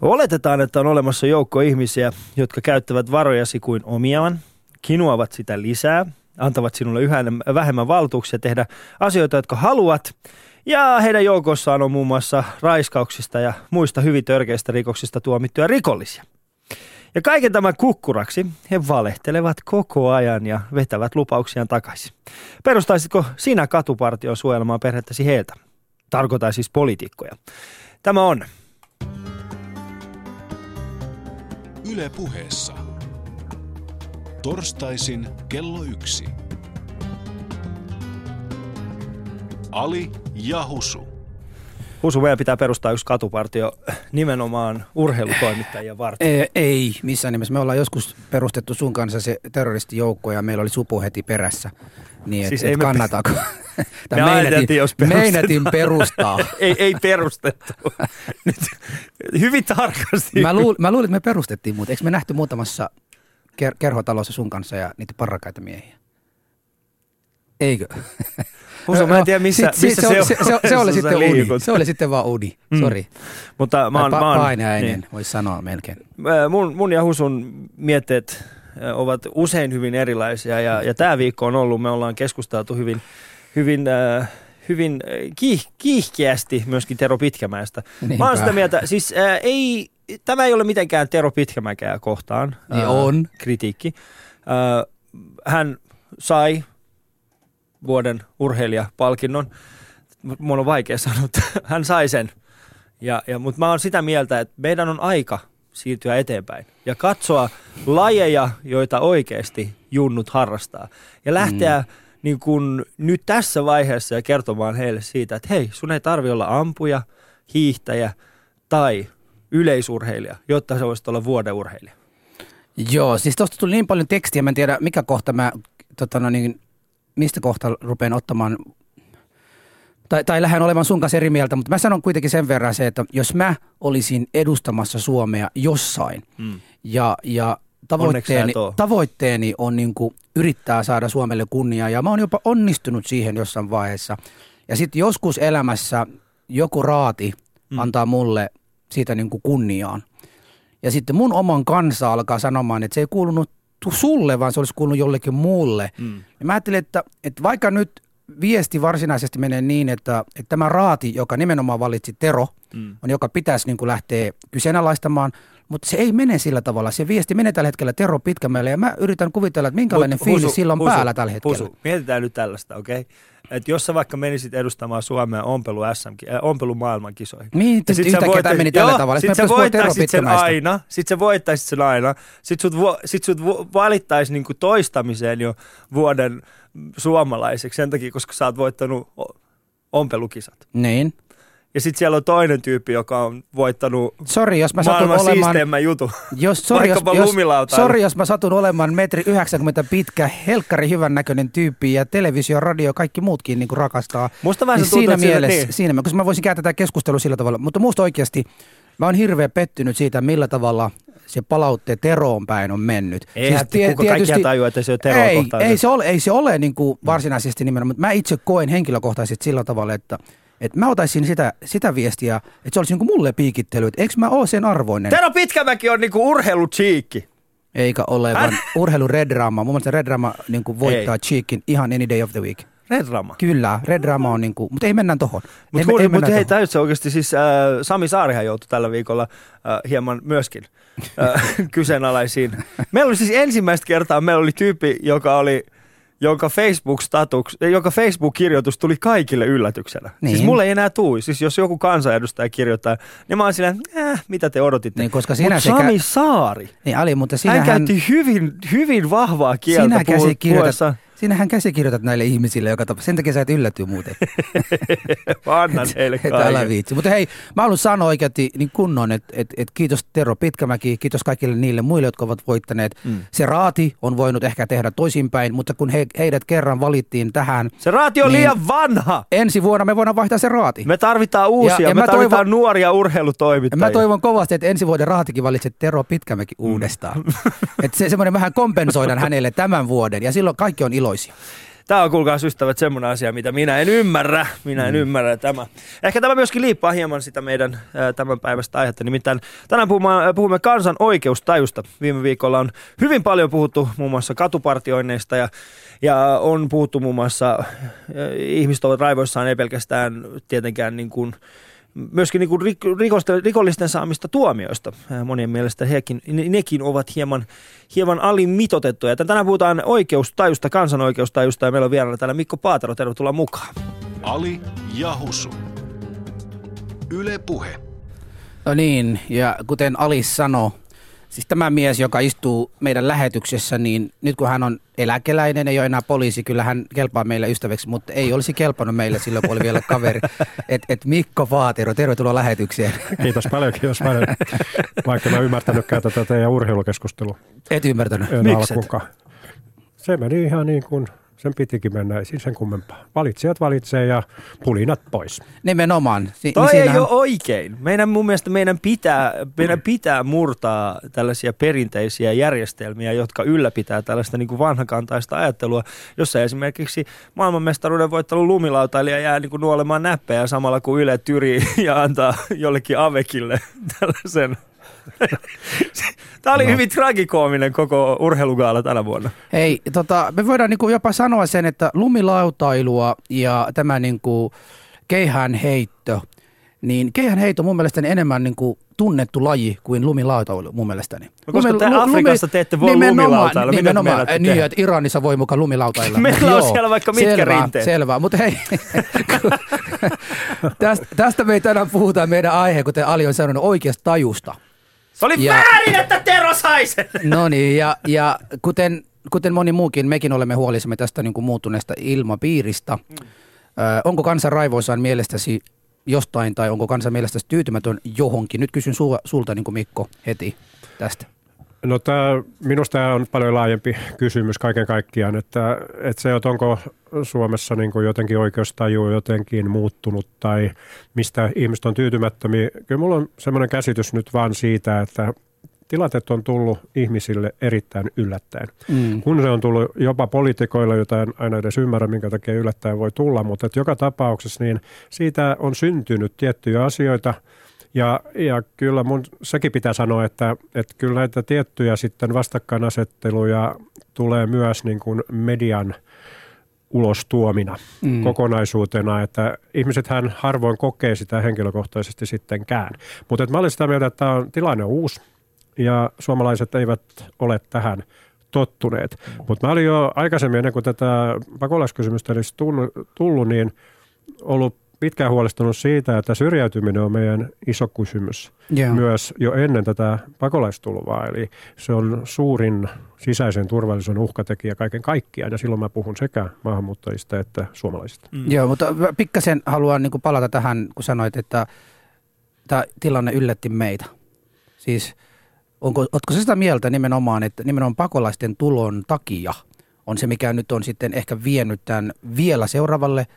Oletetaan, että on olemassa joukko ihmisiä, jotka käyttävät varojasi kuin omiaan, kinuavat sitä lisää, antavat sinulle yhä vähemmän valtuuksia tehdä asioita, jotka haluat. Ja heidän joukossaan on muun muassa raiskauksista ja muista hyvin törkeistä rikoksista tuomittuja rikollisia. Ja kaiken tämän kukkuraksi he valehtelevat koko ajan ja vetävät lupauksiaan takaisin. Perustaisitko sinä katupartion suojelemaan perhettäsi heiltä? Tarkoitan siis poliitikkoja. Tämä on Yle Puheessa. Torstaisin kello 1. Ali ja Husu. Husu, meidän pitää perustaa yksi katupartio nimenomaan urheilutoimittajia varten. Ei, missään nimessä. Me ollaan joskus perustettu sun kanssa se terroristijoukko ja meillä oli supu heti perässä. Niin, siis et kannataako? Meinatin perustaa. ei perustettu. Nyt, hyvin tarkasti. Mä luulin, että me perustettiin, mutta eikö me nähty muutamassa kerhotalossa sun kanssa ja niitä parrakaita miehiä? Eikö? Husu, mä en tiedä missä se oli sitten uni. Se oli sitten vaan uni, sori. Mutta mä oon painainen, niin. voisi sanoa melkein. Mun ja Husun mietteet ovat usein hyvin erilaisia ja tämä viikko on ollut, me ollaan keskusteltu hyvin kiihkeästi myöskin Tero Pitkämäestä. Niinpä. Mä oon sitä mieltä, siis tämä ei ole mitenkään Tero Pitkämäkeä kohtaan on kritiikki. Hän sai vuoden urheilijapalkinnon. Mun on vaikea sanoa, että hän sai sen. Mutta mä oon sitä mieltä, että meidän on aika siirtyä eteenpäin ja katsoa lajeja, joita oikeasti junnut harrastaa. Ja lähteä niin kun nyt tässä vaiheessa ja kertomaan heille siitä, että hei, sun ei tarvitse olla ampuja, hiihtäjä tai yleisurheilija, jotta sä voisit olla vuoden urheilija. Joo, siis tuosta tuli niin paljon tekstiä, mä en tiedä mikä kohta mä, mistä kohta rupean ottamaan, tai lähden olemaan sun kanssa eri mieltä, mutta mä sanon kuitenkin sen verran se, että jos mä olisin edustamassa Suomea jossain ja tavoitteeni on niin kuin yrittää saada Suomelle kunniaa ja mä oon jopa onnistunut siihen jossain vaiheessa. Ja sitten joskus elämässä joku raati antaa mulle siitä niin kuin kunniaan. Ja sitten mun oman kansa alkaa sanomaan, että se ei kuulunut sulle, vaan se olisi kuulunut jollekin muulle. Ja mä ajattelin, että vaikka nyt viesti varsinaisesti menee niin, että tämä raati, joka nimenomaan valitsi Tero, on joka pitäisi niin kuin lähteä kyseenalaistamaan, mutta se ei mene sillä tavalla. Se viesti menee tällä hetkellä Tero Pitkämäelle ja mä yritän kuvitella, että minkälainen fiilis sillä on päällä tällä hetkellä. Mietitään nyt tällaista, okei? Okay? Että jos sä vaikka menisit edustamaan Suomea ompelu maailmankisoihin. Niin, yhtäkkiä tämä meni tällä tavalla. Sitten sä voittaisit sen aina. Sitten sut valittaisi niinku toistamiseen jo vuoden suomalaiseksi sen takia, koska sä oot voittanut ompelukisat. Niin. Ja sitten siellä on toinen tyyppi, joka on voittanut maailman siisteimmän jutun. Jos mä satun olemaan 1,90 metriä pitkä, helkkari hyvän näköinen tyyppi ja televisio, radio, kaikki muutkin niin kuin rakastaa. Musta vähän niin siinä mielessä, koska mä voisin käydä tätä keskustelua sillä tavalla. Mutta musta oikeasti mä oon hirveän pettynyt siitä, millä tavalla se palautteet Teroon päin on mennyt. Eihän kaikkia tajua, että se on Teroa kohtaan. Ei se ole niin kuin varsinaisesti nimenomaan, mutta mä itse koen henkilökohtaisesti sillä tavalla, että mä otaisin sitä viestiä, että se olisi niinku mulle piikittely, että eikö mä ole sen arvoinen. Tero Pitkämäki on niinku urheilutsiikki. Eikä ole, vaan urheilu Red Rama. Mun mielestä Red Rama niinku voittaa Cheekin ihan any day of the week. Red Rama? Kyllä, Red Rama on niinku, mutta ei mennään tohon. Mutta hei, täytyy oikeasti siis Sami Saarihan joutui tällä viikolla hieman myöskin kyseenalaisiin. Meillä oli siis ensimmäistä kertaa, meillä oli tyyppi, jonka Facebook-kirjoitus tuli kaikille yllätyksenä. Niin. Siis mulle ei enää tule. Siis jos joku kansanedustaja kirjoittaa, niin mä oon silleen, mitä te odotitte? Niin, koska Sami Saari, niin, Ali, mutta hän käytti hyvin vahvaa kieltä puhuessa. Sinähän käsikirjoitat näille ihmisille joka tapauksessa. Sen takia sä et ylläty muuten. Mä annan heille kaiken. Älä viitsi. Mutta hei, mä haluan sanoa oikeasti niin kunnon, että kiitos Tero Pitkämäki, kiitos kaikille niille muille, jotka ovat voittaneet. Se raati on voinut ehkä tehdä toisinpäin, mutta kun heidät kerran valittiin tähän. Se raati on liian vanha. Ensi vuonna me voidaan vaihtaa se raati. Me tarvitaan uusia, me tarvitaan nuoria urheilutoimittajia. Mä toivon kovasti, että ensi vuoden raatikin valitset Tero Pitkämäki uudestaan. Että se semmoinen vähän kompensoidaan hänelle tämän vuoden ja silloin kaikki on iloisia. Tämä on, kuulkaas ystävät, semmoinen asia, mitä minä en ymmärrä. Minä en ymmärrä tämä. Ehkä tämä myöskin liippaa hieman sitä meidän tämän päivästä aihetta. Nimittäin tänään puhumme kansan oikeustajusta. Viime viikolla on hyvin paljon puhuttu muun muassa katupartioinneista ja on puhuttu muun muassa, ihmiset ovat raivoissaan, ei pelkästään tietenkään niin kuin, myöskin niin kuin rikollisten saamista tuomioista. Monien mielestä nekin ovat hieman alimitoitettuja. Tänään puhutaan oikeustajusta, kansan oikeustajusta, ja meillä on vieraana täällä Mikko Paatero. Tervetuloa mukaan. Ali ja Husu. Yle Puhe. No niin, ja kuten Ali sanoi, siis tämä mies, joka istuu meidän lähetyksessä, niin nyt kun hän on eläkeläinen, ei ole enää poliisi, kyllä hän kelpaa meille ystäväksi, mutta ei olisi kelpannut meille silloin, kun oli vielä kaveri. Et Mikko Paatero, tervetuloa lähetykseen. Kiitos paljon. Vaikka mä ymmärtänytkään tätä teidän urheilukeskustelua. Et ymmärtänyt. Mikset? Se meni ihan niin kuin sen pitikin mennä, ei sen kummempaa. Valitsijat valitsee ja pulinat pois. Nimenomaan. Toi ei ole oikein. Mun mielestä meidän pitää murtaa tällaisia perinteisiä järjestelmiä, jotka ylläpitää tällaista niin kuin vanhakantaista ajattelua, jossa esimerkiksi maailmanmestaruuden voittanut lumilautailija jää niin kuin nuolemaan näppejä samalla kuin Yle tyrii ja antaa jollekin avekille tällaisen. Tämä oli hyvin tragikoominen koko urheilugaala tänä vuonna. Hei, me voidaan niinku jopa sanoa sen, että lumilautailua ja tämä niinku keihäänheitto, niin keihäänheitto on mun mielestäni enemmän niinku tunnettu laji kuin lumilautailu mun mielestäni. No, koska te Afrikassa te ette voi lumilautailla. Nimenomaan, niin, että Iranissa voi mukaan lumilautailla. Meillä on siellä vaikka mitkä rinteet. Selvä, mutta hei, tästä me ei tänään puhuta meidän aihe, kuten Ali on sanonut, oikeasta tajusta. Se oli väärin, että Tero sai sen! No niin, ja kuten moni muukin, mekin olemme huolissamme tästä niin kuin muuttuneesta ilmapiiristä. Onko kansan raivoissaan mielestäsi jostain, tai onko kansan mielestäsi tyytymätön johonkin? Nyt kysyn sulta, niin kuin Mikko, heti tästä. No minusta tämä on paljon laajempi kysymys kaiken kaikkiaan, että se, että onko Suomessa niin kuin jotenkin oikeustaju jotenkin muuttunut tai mistä ihmiset on tyytymättömiä. Kyllä minulla on semmoinen käsitys nyt vaan siitä, että tilanteet on tullut ihmisille erittäin yllättäen. Kun se on tullut jopa poliitikoille, jota en aina edes ymmärrä, minkä takia yllättäen voi tulla, mutta että joka tapauksessa niin siitä on syntynyt tiettyjä asioita. Ja kyllä sekin pitää sanoa, että kyllä näitä tiettyjä sitten vastakkainasetteluja tulee myös niin kuin median ulostuomina kokonaisuutena, että ihmisethän harvoin kokee sitä henkilökohtaisesti sittenkään. Mutta mä olen sitä mieltä, että tämä tilanne on uusi ja suomalaiset eivät ole tähän tottuneet. Mutta mä olin jo aikaisemmin, ennen kuin tätä pakolaiskysymystä olisi tullut, niin ollut pitkään huolestunut siitä, että syrjäytyminen on meidän iso kysymys myös jo ennen tätä pakolaistulvaa. Eli se on suurin sisäisen turvallisuuden uhkatekijä kaiken kaikkiaan, ja silloin mä puhun sekä maahanmuuttajista että suomalaisista. Joo, mutta pikkasen haluan niin kuin palata tähän, kun sanoit, että tämä tilanne yllätti meitä. Siis ootko se sitä mieltä nimenomaan, että nimenomaan pakolaisten tulon takia on se, mikä nyt on sitten ehkä vienyt tämän vielä seuraavalle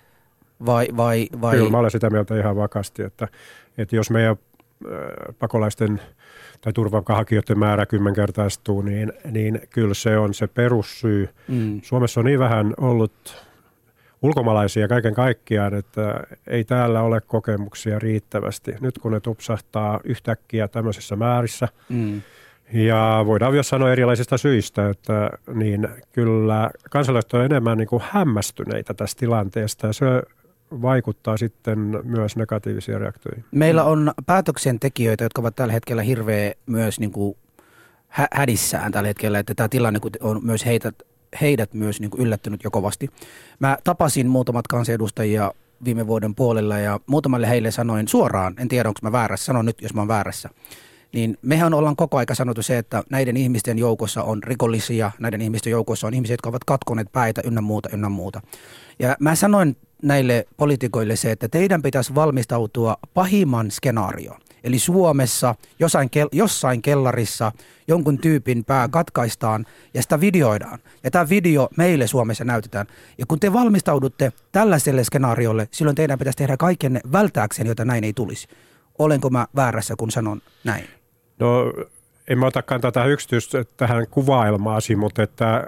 vai? Kyllä mä olen sitä mieltä ihan vakaasti, että jos meidän pakolaisten tai turvapaikanhakijoiden määrä kymmenkertaistuu, niin kyllä se on se perussyy. Suomessa on niin vähän ollut ulkomaalaisia kaiken kaikkiaan, että ei täällä ole kokemuksia riittävästi. Nyt kun ne tupsahtaa yhtäkkiä tämmöisissä määrissä, ja voidaan myös sanoa erilaisista syistä, että niin kyllä kansalaiset on enemmän niin kuin hämmästyneitä tästä tilanteesta, ja se vaikuttaa sitten myös negatiivisia reaktioihin. Meillä on päätöksentekijöitä, jotka ovat tällä hetkellä hirveä myös niin kuin hädissään tällä hetkellä, että tämä tilanne on myös heidät myös niin kuin yllättynyt jo kovasti. Mä tapasin muutamat kansanedustajia viime vuoden puolella ja muutamalle heille sanoin suoraan, en tiedä onko mä väärässä, sanon nyt jos mä oon väärässä. Niin mehän ollaan koko aika sanottu se, että näiden ihmisten joukossa on rikollisia, näiden ihmisten joukossa on ihmisiä, jotka ovat katkoneet päitä ynnä muuta. Ja mä sanoin näille poliitikoille se, että teidän pitäisi valmistautua pahimman skenaarioon. Eli Suomessa jossain kellarissa jonkun tyypin pää katkaistaan ja sitä videoidaan. Ja tämä video meille Suomessa näytetään. Ja kun te valmistaudutte tällaiselle skenaariolle, silloin teidän pitäisi tehdä kaikenne välttääkseen, jota näin ei tulisi. Olenko mä väärässä, kun sanon näin? No, en mä ota kantaa tähän kuvailmaasi, mutta että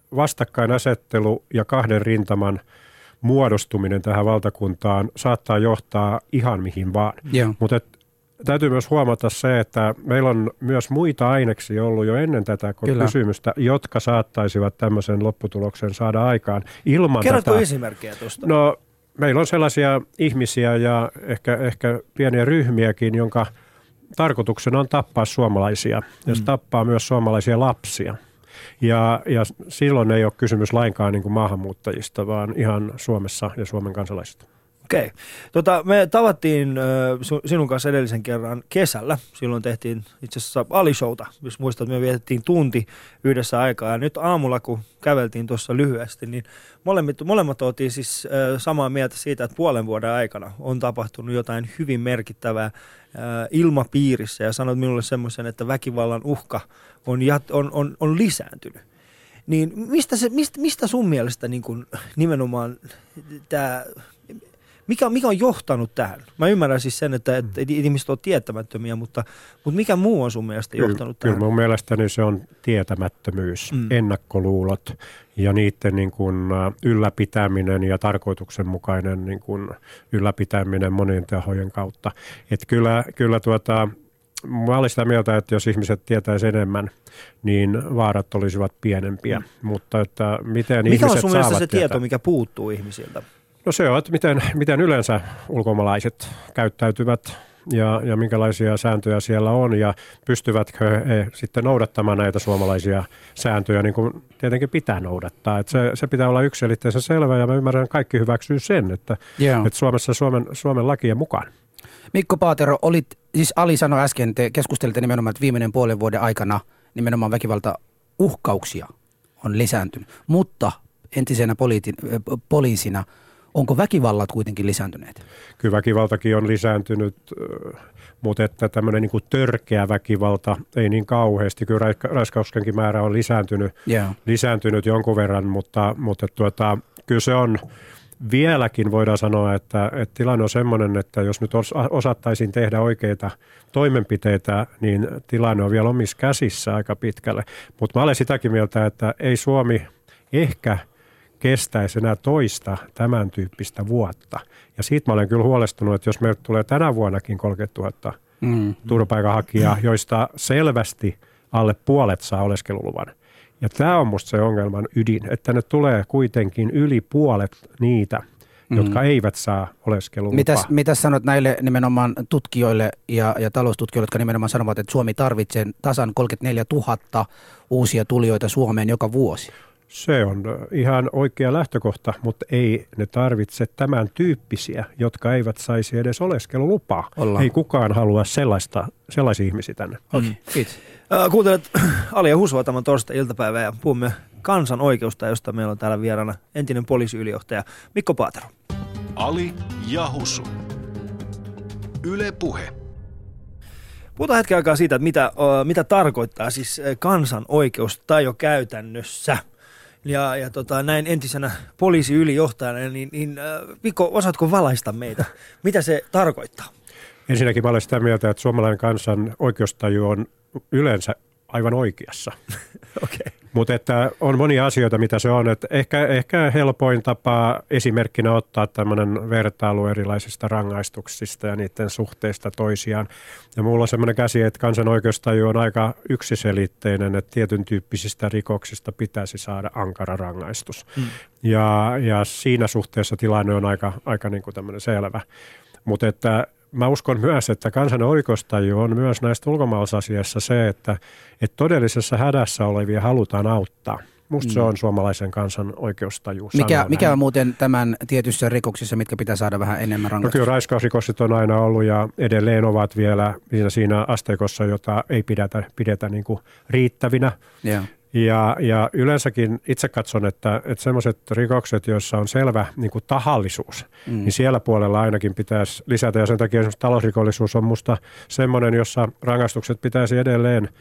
vastakkainasettelu ja kahden rintaman muodostuminen tähän valtakuntaan saattaa johtaa ihan mihin vaan. Mutta täytyy myös huomata se, että meillä on myös muita aineksia ollut jo ennen tätä kysymystä, jotka saattaisivat tämmöisen lopputuloksen saada aikaan ilman Kerrotko esimerkkejä tuosta? No, meillä on sellaisia ihmisiä ja ehkä pieniä ryhmiäkin, jonka tarkoituksena on tappaa suomalaisia ja se tappaa myös suomalaisia lapsia. Ja silloin ei ole kysymys lainkaan niin kuin maahanmuuttajista, vaan ihan Suomessa ja Suomen kansalaisista. Okei. Me tavattiin sinun kanssa edellisen kerran kesällä. Silloin tehtiin itse asiassa Ali-showta, jos muistat, me vietettiin tunti yhdessä aikaa. Ja nyt aamulla, kun käveltiin tuossa lyhyesti, niin molemmat oltiin siis samaa mieltä siitä, että puolen vuoden aikana on tapahtunut jotain hyvin merkittävää ilmapiirissä. Ja sanoit minulle semmoisen, että väkivallan uhka on lisääntynyt. Niin mistä sun mielestä niin kun nimenomaan tämä... Mikä on johtanut tähän? Mä ymmärrän siis sen, että ihmiset on tietämättömiä, mutta mikä muu on sun mielestä johtanut tähän? Kyllä mun mielestäni se on tietämättömyys, ennakkoluulot ja niiden niin kuin ylläpitäminen ja tarkoituksenmukainen niin kuin ylläpitäminen monien tahojen kautta. Että kyllä mä olen sitä mieltä, että jos ihmiset tietäisi enemmän, niin vaarat olisivat pienempiä. Mutta että miten mikä ihmiset on sun mielestä se tietää? tieto, mikä puuttuu ihmisiltä? No se on, että miten yleensä ulkomaalaiset käyttäytyvät ja minkälaisia sääntöjä siellä on ja pystyvätkö he sitten noudattamaan näitä suomalaisia sääntöjä niin kuin tietenkin pitää noudattaa. Että se pitää olla yksiselitteisen selvä ja mä ymmärrän, että kaikki hyväksyy sen, että Suomessa Suomen lakien mukaan. Mikko Paatero, siis Ali sanoi äsken, te keskustelitte nimenomaan, että viimeinen puolen vuoden aikana nimenomaan väkivaltauhkauksia on lisääntynyt, mutta entisenä poliisina onko väkivallat kuitenkin lisääntyneet? Kyllä väkivaltakin on lisääntynyt, mutta että tämmöinen niin kuin törkeä väkivalta ei niin kauheasti. Kyllä raiskauksenkin määrä on lisääntynyt jonkun verran, mutta kyllä se on vieläkin voidaan sanoa, että tilanne on semmoinen, että jos nyt osattaisiin tehdä oikeita toimenpiteitä, niin tilanne on vielä omissa käsissä aika pitkälle. Mutta mä olen sitäkin mieltä, että ei Suomi ehkä kestäisi enää toista tämän tyyppistä vuotta. Ja siitä mä olen kyllä huolestunut, että jos meille tulee tänä vuonnakin 30 000 turvapaikanhakijaa, joista selvästi alle puolet saa oleskeluluvan. Ja tämä on musta se ongelman ydin, että ne tulee kuitenkin yli puolet niitä, jotka eivät saa oleskelulupaa. Mitä sanot näille nimenomaan tutkijoille ja taloustutkijoille, jotka nimenomaan sanovat, että Suomi tarvitsee tasan 34 000 uusia tulijoita Suomeen joka vuosi? Se on ihan oikea lähtökohta, mutta ei ne tarvitse tämän tyyppisiä, jotka eivät saisi edes oleskelulupaa. Ei kukaan halua sellaisia ihmisiä tänne. Okay. Kiitos. Kuuntelet Ali ja Husua tämän torstai-iltapäivää ja puhumme kansan oikeusta, josta meillä on täällä vieraana entinen poliisiylijohtaja Mikko Paatero. Ali ja Husu. Yle Puhe. Puhutaan hetken aikaa siitä, että mitä tarkoittaa siis kansan oikeus tai jo käytännössä. Ja näin entisenä poliisiylijohtajana, niin Mikko, osaatko valaista meitä? Mitä se tarkoittaa? Ensinnäkin mä olen sitä mieltä, että suomalainen kansan oikeustaju on yleensä aivan oikeassa. Okay. Mutta että on monia asioita, mitä se on. Että ehkä helpoin tapa esimerkkinä ottaa tämmöinen vertailu erilaisista rangaistuksista ja niiden suhteista toisiaan. Ja mulla on semmoinen käsi, että kansan oikeustaju on aika yksiselitteinen, että tietyn tyyppisistä rikoksista pitäisi saada ankara rangaistus. Ja siinä suhteessa tilanne on aika niin kuin tämmöinen selvä. Mutta että mä uskon myös, että kansan oikeustaju on myös näistä ulkomaalaisasiassa se, että todellisessa hädässä olevia halutaan auttaa. Musta se on suomalaisen kansan oikeustaju. Mikä on muuten tämän tietyissä rikoksissa, mitkä pitää saada vähän enemmän rangaistusta? No kyllä raiskausrikokset on aina ollut ja edelleen ovat vielä siinä asteikossa, jota ei pidetä niin kuin riittävinä. Yeah. Ja yleensäkin itse katson, että sellaiset rikokset, joissa on selvä niin kuin tahallisuus, niin siellä puolella ainakin pitäisi lisätä. Ja sen takia esimerkiksi talousrikollisuus on musta semmoinen, jossa rangaistukset pitäisi edelleen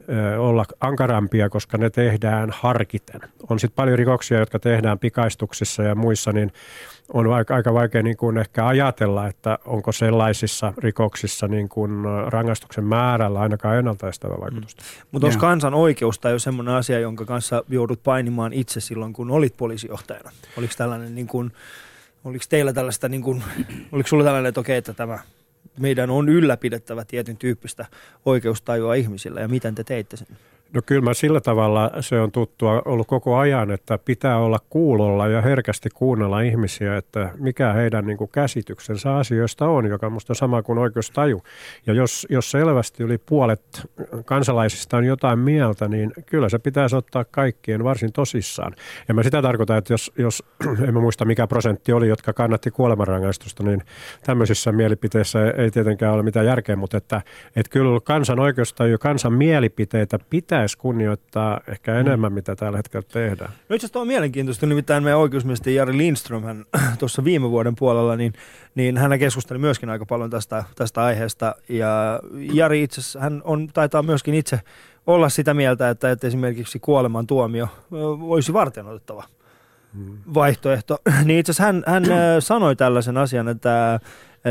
olla ankarampia, koska ne tehdään harkiten. On sitten paljon rikoksia, jotka tehdään pikaistuksissa ja muissa, niin on aika vaikea niin kuin ehkä ajatella, että onko sellaisissa rikoksissa niin kuin rangaistuksen määrällä ainakaan ennaltaestävä vaikutusta. Mutta onko kansan oikeus tai jo semmoinen asia, jonka kanssa joudut painimaan itse silloin, kun olit poliisijohtajana? Oliko tällainen niin kuin, oliko teillä tällaista, niin kuin, oliko sulla tällainen, että okei, että tämä meidän on ylläpidettävä tietyn tyyppistä oikeustajua ihmisillä ja miten te teitte sen? No kyllä mä sillä tavalla se on tuttua ollut koko ajan, että pitää olla kuulolla ja herkästi kuunnella ihmisiä, että mikä heidän niin kuin käsityksensä asioista on, joka on musta sama kuin oikeustaju. Ja jos selvästi yli puolet kansalaisista on jotain mieltä, niin kyllä se pitäisi ottaa kaikkien varsin tosissaan. Ja mä sitä tarkoitan, että jos en mä muista mikä prosentti oli, jotka kannatti kuolemanrangaistusta, niin tämmöisissä mielipiteissä ei tietenkään ole mitään järkeä, mutta että kyllä kansan oikeustaju, kansan mielipiteitä pitäisi kunnioittaa ehkä enemmän, mitä tällä hetkellä tehdään. No itse asiassa on mielenkiintoista, nimittäin meidän oikeusministeri Jari Lindström, hän tuossa viime vuoden puolella, niin hän keskusteli myöskin aika paljon tästä aiheesta. Ja Jari itse asiassa, hän taitaa myöskin itse olla sitä mieltä, että esimerkiksi kuolemantuomio olisi varteenotettava vaihtoehto. Niin itse asiassa hän sanoi tällaisen asian, että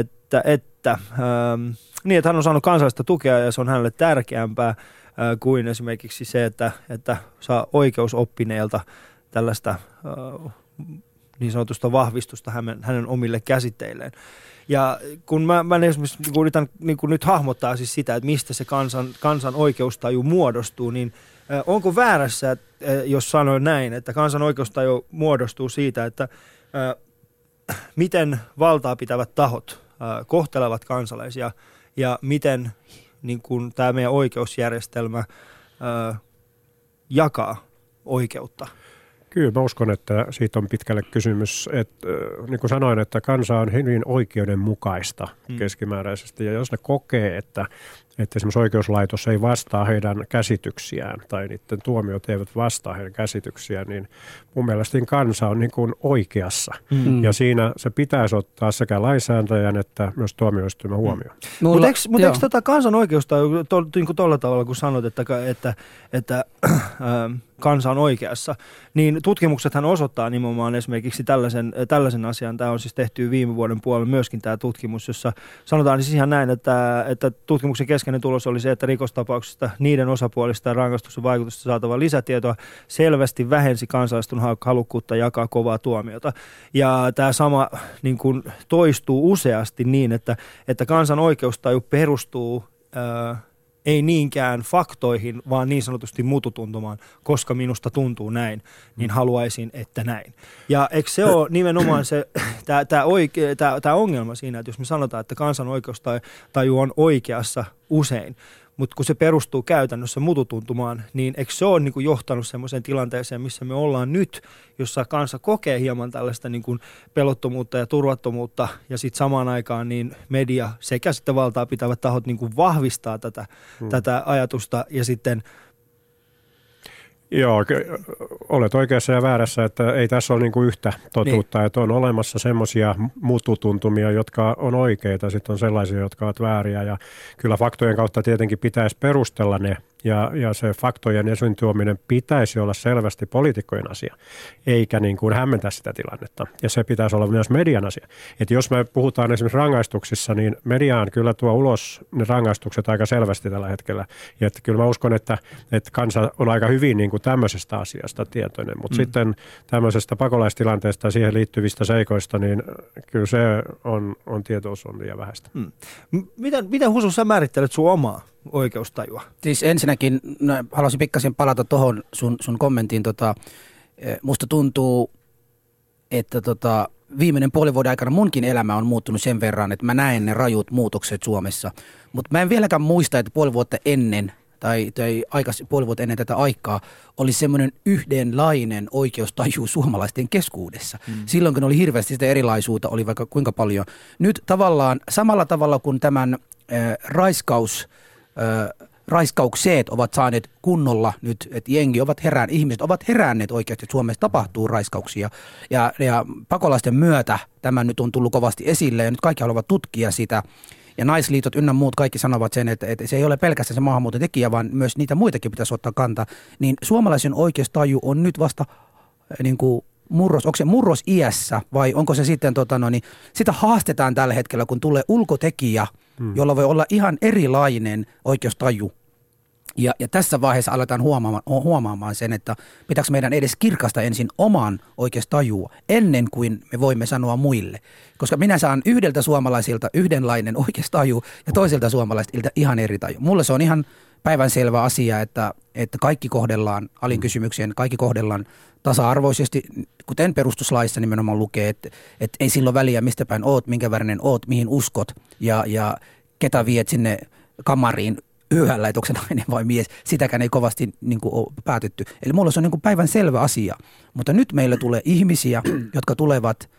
hän on saanut kansallista tukea ja se on hänelle tärkeämpää kuin esimerkiksi se, että saa oikeusoppineelta tällaista niin sanotusta vahvistusta hänen omille käsitteilleen. Ja kun mä esimerkiksi yritän niin nyt hahmottaa siis sitä, että mistä se kansan oikeustaju muodostuu, niin onko väärässä, jos sanoin näin, että kansan oikeustaju muodostuu siitä, että miten valtaa pitävät tahot kohtelevat kansalaisia ja miten niin kuin tämä meidän oikeusjärjestelmä jakaa oikeutta? Kyllä mä uskon, että siitä on pitkälle kysymys. Että, niin kuin sanoin, että kansa on hyvin oikeudenmukaista keskimääräisesti. Ja jos ne kokee, että esimerkiksi oikeuslaitos ei vastaa heidän käsityksiään tai niiden tuomiot eivät vastaa heidän käsityksiään, niin mun mielestä kansa on niin kuin oikeassa. Ja siinä se pitäisi ottaa sekä lainsäätäjän että myös tuomioistuimen huomioon. Mutta eikö kansan oikeusta niin tuolla tavalla, kun sanot, että kansa on oikeassa, niin tutkimuksethan osoittaa nimenomaan esimerkiksi tällaisen asian. Tämä on siis tehty viime vuoden puolella myöskin tämä tutkimus, jossa sanotaan siis ihan näin, että tutkimuksen keskeinen tulos oli se, että rikostapauksista niiden osapuolista ja rangaistuksen vaikutusta saatava lisätietoa selvästi vähensi kansalaisten halukkuutta jakaa kovaa tuomiota. Ja tämä sama niin kuin toistuu useasti niin, että kansan oikeustaju perustuu ei niinkään faktoihin, vaan niin sanotusti mututuntumaan, koska minusta tuntuu näin, niin haluaisin, että näin. Ja eikö se ole nimenomaan se, tämä ongelma siinä, että jos me sanotaan, että kansan oikeustaju on oikeassa usein, mutta kun se perustuu käytännössä mututuntumaan, niin eikö se ole niin kuin johtanut semmoiseen tilanteeseen, missä me ollaan nyt, jossa kansa kokee hieman tällaista niin kuin pelottomuutta ja turvattomuutta, ja sitten samaan aikaan niin media sekä sitten valtaa pitävät tahot niin kuin vahvistaa tätä ajatusta, ja sitten Joo, olet oikeassa ja väärässä, että ei tässä ole niin kuin yhtä totuutta, että on olemassa semmoisia mututuntumia, jotka on oikeita, sitten on sellaisia, jotka ovat vääriä, ja kyllä faktojen kautta tietenkin pitäisi perustella ne, ja se faktojen esiin tuominen pitäisi olla selvästi poliitikkojen asia, eikä niin kuin hämmentää sitä tilannetta, ja se pitäisi olla myös median asia. Että jos me puhutaan esimerkiksi rangaistuksissa, niin mediaan kyllä tuo ulos ne rangaistukset aika selvästi tällä hetkellä, ja että kyllä mä uskon, että kansa on aika hyvin niin kuin tämmöisestä asiasta tietoinen, mutta sitten tämmöisestä pakolaistilanteesta ja siihen liittyvistä seikoista, niin kyllä se on tietoisuus on liian vähäistä. Miten Husu, sä määrittelet sun omaa oikeustajua? Siis ensinnäkin haluaisin pikkasen palata tuohon sun kommenttiin. Musta tuntuu, että viimeinen puolen vuoden aikana munkin elämä on muuttunut sen verran, että mä näen ne rajut muutokset Suomessa. Mutta mä en vieläkään muista, että puoli vuotta ennen tai puoli vuotta ennen tätä aikaa oli semmoinen yhdenlainen oikeustaju suomalaisten keskuudessa. Silloin, kun oli hirveästi sitä erilaisuutta, oli vaikka kuinka paljon. Nyt tavallaan samalla tavalla kuin tämän raiskaukset ovat saaneet kunnolla nyt, että ihmiset ovat heränneet oikeasti, että Suomessa tapahtuu raiskauksia. Ja pakolaisten myötä tämä nyt on tullut kovasti esille ja nyt kaikki haluavat tutkia sitä. ja naisliitot ynnä muut kaikki sanovat sen, että se ei ole pelkästään se maahanmuuton tekijä, vaan myös niitä muitakin pitäisi ottaa kantaa, niin suomalaisen oikeustaju on nyt vasta niin kuin onko se murrosiässä vai onko se sitten, sitä haastetaan tällä hetkellä, kun tulee ulkotekijä, jolla voi olla ihan erilainen oikeustaju. Ja tässä vaiheessa aletaan huomaamaan sen, että pitääkö meidän edes kirkasta ensin oman oikeustajua ennen kuin me voimme sanoa muille. Koska minä saan yhdeltä suomalaisilta yhdenlainen oikeustaju ja toiselta suomalaisilta ihan eri taju. Mulle se on ihan päivänselvä asia, että kaikki kohdellaan alinkysymykseen, kaikki kohdellaan tasa-arvoisesti, kuten perustuslaissa nimenomaan lukee, että ei silloin väliä mistä päin oot, minkä värinen oot, mihin uskot ja ketä viet sinne kamariin yöllä, että onko se nainen vai mies, sitäkään ei kovasti niin kuin, ole päätetty. Eli mulla se on niin kuin päivän selvä asia, mutta nyt meillä tulee ihmisiä, jotka tulevat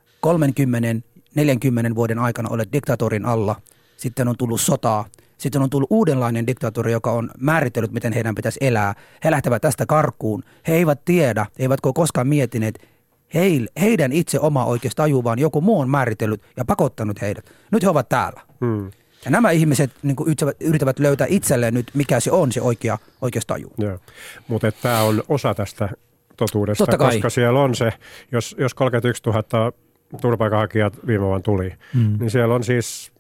30-40 vuoden aikana olleet diktatorin alla, sitten on tullut sotaa, sitten on tullut uudenlainen diktaattori, joka on määritellyt, miten heidän pitäisi elää. He lähtevät tästä karkuun. He eivät tiedä, eivätkö koskaan miettineet heidän itse oma oikeustaju, vaan joku muu on määritellyt ja pakottanut heidät. Nyt he ovat täällä. Ja nämä ihmiset niin kuin yrittävät löytää itselleen nyt, mikä se on se oikeustaju. Joo, mutta tämä on osa tästä totuudesta, koska siellä on se, jos 31 000 turvapaikanhakijat viime vuonna tuli, niin siellä on siis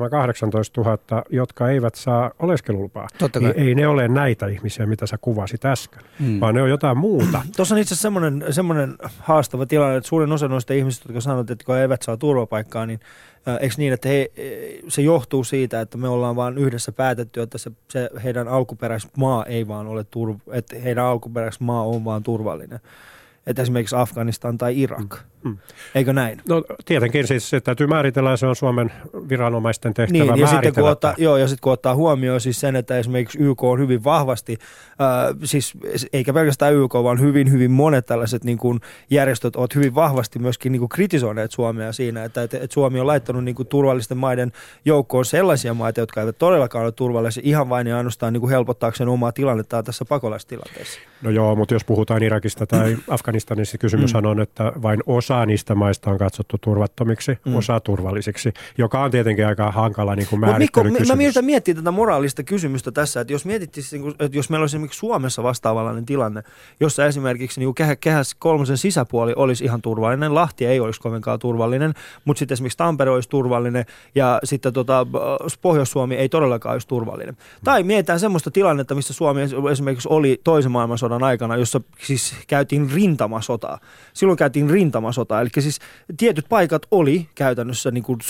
7-18 000, jotka eivät saa oleskelulupaa. Niin ei ne ole näitä ihmisiä, mitä sä kuvasit äsken, vaan ne on jotain muuta. Tuossa on itse asiassa semmoinen haastava tilanne, että suurin osa noista ihmisistä, jotka sanovat, että kun eivät saa turvapaikkaa, niin eikö niin, että se johtuu siitä, että me ollaan vaan yhdessä päätetty, että se heidän alkuperäismaa ei vaan ole että heidän alkuperäismaa on vaan turvallinen. Että esimerkiksi Afganistan tai Irak. Eikö näin? No tietenkin siis se täytyy määritellä, se on Suomen viranomaisten tehtävä määritellä. Ja sitten kun ottaa huomioon siis sen, että esimerkiksi YK on hyvin vahvasti, siis eikä pelkästään YK, vaan hyvin, hyvin monet tällaiset niin kuin järjestöt ovat hyvin vahvasti myöskin niin kuin kritisoineet Suomea siinä, että Suomi on laittanut niin kuin turvallisten maiden joukkoon sellaisia maita, jotka eivät todellakaan ole turvallisia, ihan vain ja ainoastaan niin kuin helpottaakseen omaa tilannettaan tässä pakolaistilanteessa. No joo, mutta jos puhutaan Irakista tai Afganistanissa, kysymyshän on, että vain osa niistä maista on katsottu turvattomiksi, osa turvallisiksi, joka on tietenkin aika hankala niin kuin määrittelykysymys. Mä yritän miettiä tätä moraalista kysymystä tässä, että jos mietittiin, että jos meillä olisi esimerkiksi Suomessa vastaavallainen tilanne, jossa esimerkiksi niin kehäs 3 sisäpuoli olisi ihan turvallinen, Lahti ei olisi kovinkaan turvallinen, mutta sitten esimerkiksi Tampere olisi turvallinen ja sitten Pohjois-Suomi ei todellakaan olisi turvallinen. Tai mietitään semmoista tilannetta, missä Suomi esimerkiksi oli toisen maailmansodan aikana, jossa siis käytiin rintamasotaa. Silloin käytiin rintamasotaa, eli siis tietyt paikat oli käytännössä niin kuin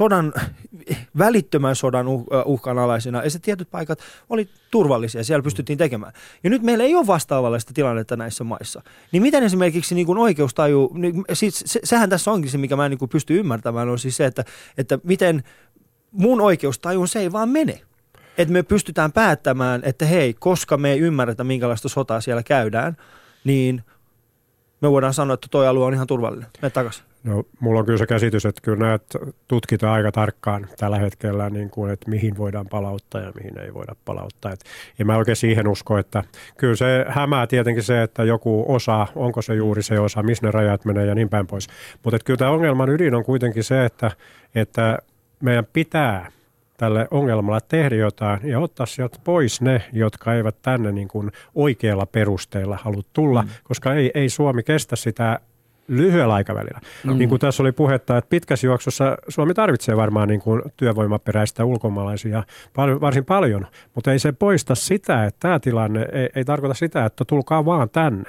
välittömän sodan uhkan alaisina, ja se tietyt paikat oli turvallisia, siellä pystyttiin tekemään. Ja nyt meillä ei ole vastaavanlaista tilannetta näissä maissa. Niin miten esimerkiksi niin kuin oikeustaju, siis sehän tässä onkin se, mikä mä en niin kuin pysty ymmärtämään, on siis se, että miten mun oikeustaju se ei vaan mene. Että me pystytään päättämään, että hei, koska me ei ymmärretä, minkälaista sotaa siellä käydään, niin me voidaan sanoa, että toi alue on ihan turvallinen. Mene takaisin. No, mulla on kyllä se käsitys, että kyllä näitä tutkitaan aika tarkkaan tällä hetkellä, niin kuin, että mihin voidaan palauttaa ja mihin ei voida palauttaa. En mä oikein siihen usko, että kyllä se hämää tietenkin se, että joku osa, onko se juuri se osa, missä ne rajat menee ja niin päin pois. Mutta kyllä tämä ongelman ydin on kuitenkin se, että meidän pitää tälle ongelmalla tehdä jotain ja ottaa sieltä pois ne, jotka eivät tänne niin kuin oikealla perusteella halua tulla, koska ei Suomi kestä sitä lyhyellä aikavälillä. Niin kuin tässä oli puhetta, että pitkässä juoksussa Suomi tarvitsee varmaan niin kuin työvoimaperäistä ulkomaalaisia varsin paljon, mutta ei se poista sitä, että tämä tilanne ei tarkoita sitä, että tulkaa vaan tänne.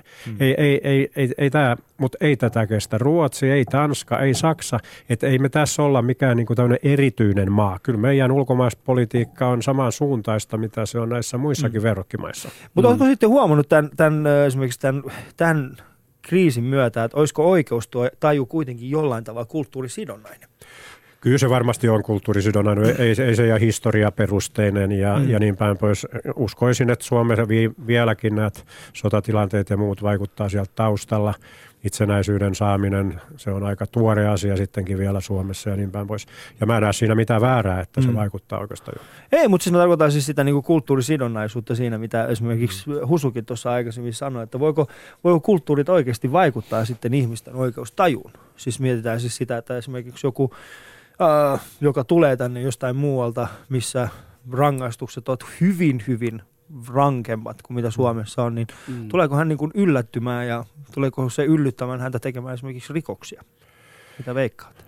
Ei tämä, mutta ei tätä kestä Ruotsi, ei Tanska, ei Saksa, että ei me tässä olla mikään niin kuin tämmöinen erityinen maa. Kyllä meidän ulkomaispolitiikka on samansuuntaista, mitä se on näissä muissakin verrokkimaissa. Mutta oletko sitten huomannut esimerkiksi tämän kriisin myötä, että olisiko oikeustaju kuitenkin jollain tavalla kulttuurisidonnainen? Kyllä se varmasti on kulttuurisidonnainen, ei se ja historiaperusteinen ja niin päin pois. Uskoisin, että Suomessa vieläkin näitä sotatilanteet ja muut vaikuttaa sieltä taustalla. Itsenäisyyden saaminen, se on aika tuore asia sittenkin vielä Suomessa ja niin päin pois. Ja mä en näe siinä mitään väärää, että se vaikuttaa oikeastaan. Ei, mutta siis mä tarkoitan siis sitä niin kuin kulttuurisidonnaisuutta siinä, mitä esimerkiksi Husukin tuossa aikaisemmin sanoi, että voiko kulttuurit oikeasti vaikuttaa sitten ihmisten oikeustajuun. Siis mietitään siis sitä, että esimerkiksi joka tulee tänne jostain muualta, missä rangaistukset ovat hyvin, hyvin rankemmat kuin mitä Suomessa on, niin tuleeko hän niin kuin yllättymään ja tuleeko se yllyttämään häntä tekemään esimerkiksi rikoksia? Mitä veikkaat?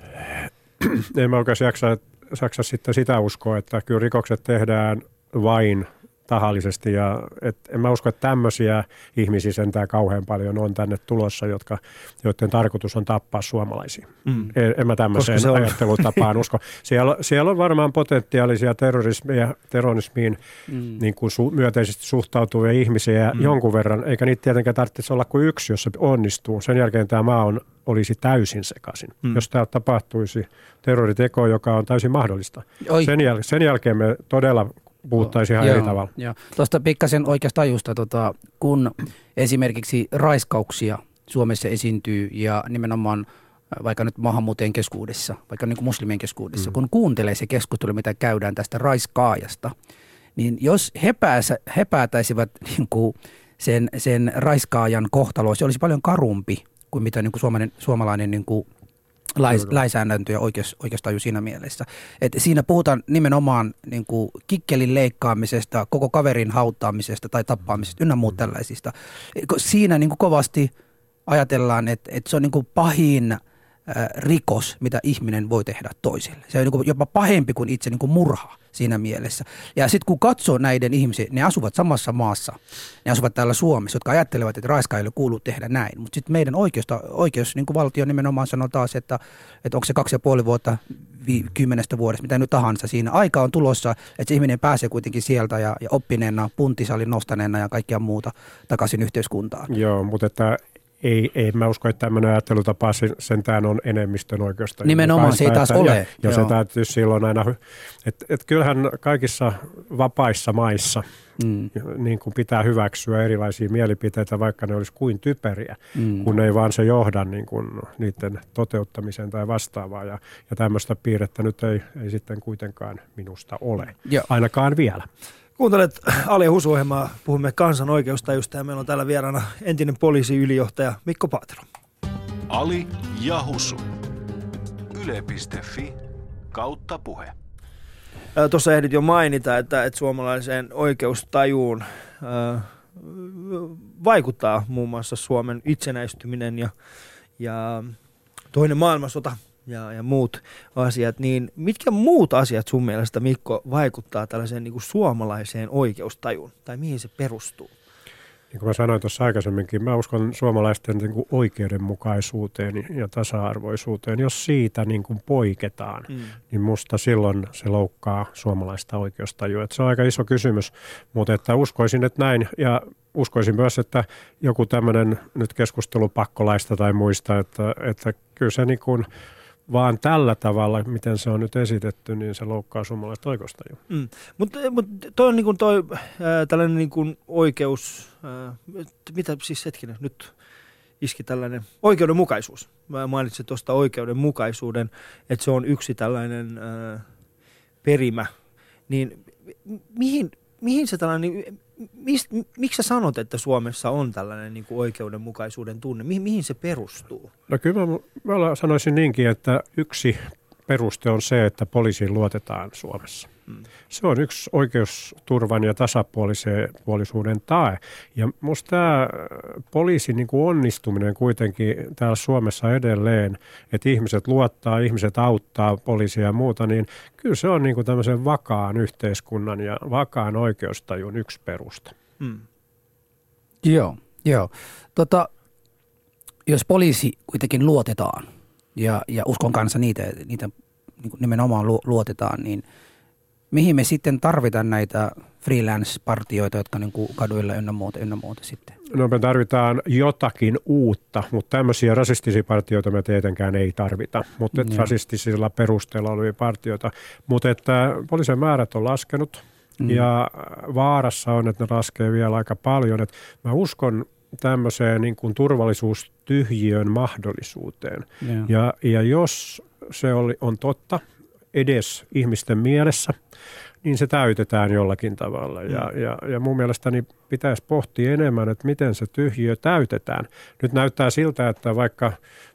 En mä oikeasti jaksa sitten sitä uskoa, että kyllä rikokset tehdään vain tahallisesti ja en mä usko, että tämmöisiä ihmisiä sentään kauhean paljon on tänne tulossa, joiden tarkoitus on tappaa suomalaisia. En mä tämmöiseen ajattelutapaan usko. Siellä on varmaan potentiaalisia terrorismiin niin kuin myönteisesti suhtautuvia ihmisiä jonkun verran, eikä niitä tietenkään tarvitse olla kuin yksi, jos se onnistuu. Sen jälkeen tämä maa olisi täysin sekaisin, jos täällä tapahtuisi terroriteko, joka on täysin mahdollista. Sen jälkeen me todella puhuttaisiin ihan eri tavalla. Tuosta pikkasen oikeasta tajusta, kun esimerkiksi raiskauksia Suomessa esiintyy ja nimenomaan vaikka nyt maahanmuuttajien keskuudessa, vaikka niin kuin muslimien keskuudessa, kun kuuntelee se keskustelu, mitä käydään tästä raiskaajasta, niin jos he päätäisivät niin kuin sen raiskaajan kohtalo, se olisi paljon karumpi kuin mitä niin kuin suomalainen niin kuin lainsäädäntö ja oikeustaju siinä mielessä. Et siinä puhutaan nimenomaan niin kuin kikkelin leikkaamisesta, koko kaverin hauttaamisesta tai tappaamisesta ynnä muut tällaisista. Siinä niin kuin kovasti ajatellaan, että se on niin kuin pahin rikos, mitä ihminen voi tehdä toiselle. Se on niin kuin jopa pahempi kuin itse niin kuin murha siinä mielessä. Ja sitten kun katsoo näiden ihmisiä, ne asuvat samassa maassa, ne asuvat täällä Suomessa, jotka ajattelevat, että raiskaajille kuuluu tehdä näin. Mutta sitten meidän oikeus niin kuin valtio nimenomaan sanoo taas, että onko se 2,5 vuotta 10 vuodesta, mitä nyt tahansa. Siinä aika on tulossa, että se ihminen pääsee kuitenkin sieltä ja oppineena, punttisalin nostaneena ja kaikkia muuta takaisin yhteiskuntaan. Joo, mutta että ei mä usko, että tämmöinen ajattelutapa sentään on enemmistön oikeusta. Nimenomaan se ei taas ole. Ja se täytyy silloin aina, että kyllähän kaikissa vapaissa maissa niin kuin pitää hyväksyä erilaisia mielipiteitä, vaikka ne olisi kuin typeriä, kun ei vaan se johda niin kuin niiden toteuttamiseen tai vastaavaa. Ja tämmöistä piirrettä nyt ei sitten kuitenkaan minusta ole, ainakaan vielä. Kuuntelet Ali ja Husu-ohjelmaa, puhumme kansan oikeustajusta ja meillä on täällä vieraana entinen poliisiylijohtaja Mikko Paatero. Ali ja Husu. Yle.fi/puhe. Tuossa ehdit jo mainita, että suomalaiseen oikeustajuun vaikuttaa muun muassa Suomen itsenäistyminen ja toinen maailmansota ja muut asiat, niin mitkä muut asiat sun mielestä, Mikko, vaikuttaa tällaiseen niin kuin suomalaiseen oikeustajuun, tai mihin se perustuu? Niin kuin mä sanoin tuossa aikaisemminkin, mä uskon suomalaisten niin kuin oikeudenmukaisuuteen ja tasa-arvoisuuteen. Jos siitä niin kuin poiketaan, niin musta silloin se loukkaa suomalaista oikeustajua. Että se on aika iso kysymys, mutta että uskoisin, että näin, ja uskoisin myös, että joku tämmöinen nyt keskustelu pakkolaista tai muista, että kyllä se niin kuin vaan tällä tavalla, miten se on nyt esitetty, niin se loukkaa suomalaista oikeustajua. Mutta toi on niin kuin tällainen niin kuin oikeus, mitä siis hetkinen, nyt iski tällainen oikeudenmukaisuus. Mä mainitsin tuosta oikeudenmukaisuuden, että se on yksi tällainen perimä. Niin mihin se tällainen, miksi sä sanot, että Suomessa on tällainen niin kuin oikeudenmukaisuuden tunne? Mihin se perustuu? No kyllä mä sanoisin niinkin, että yksi peruste on se, että poliisiin luotetaan Suomessa. Se on yksi oikeusturvan ja tasapuolisuuden tae. Ja musta tämä poliisin niin kuin onnistuminen kuitenkin täällä Suomessa edelleen, että ihmiset luottaa, ihmiset auttaa poliisia ja muuta, niin kyllä se on niin kuin tämmöisen vakaan yhteiskunnan ja vakaan oikeustajun yksi peruste. Joo. Jos poliisi kuitenkin luotetaan ja uskon kanssa niitä niin kuin nimenomaan luotetaan, niin mihin me sitten tarvitaan näitä freelance-partioita, jotka niin kuin kaduilla ynnä muuta sitten? No me tarvitaan jotakin uutta, mutta tämmöisiä rasistisia partioita me tietenkään ei tarvita, mutta rasistisilla perusteella olevia partioita. Mutta että poliisien määrät on laskenut ja vaarassa on, että ne laskee vielä aika paljon. Et mä uskon tämmöiseen niin kuin turvallisuustyhjiön mahdollisuuteen. Ja jos se on totta edes ihmisten mielessä, niin se täytetään jollakin tavalla. Ja mun mielestäni pitäisi pohtia enemmän, että miten se tyhjiö täytetään. Nyt näyttää siltä, että vaikka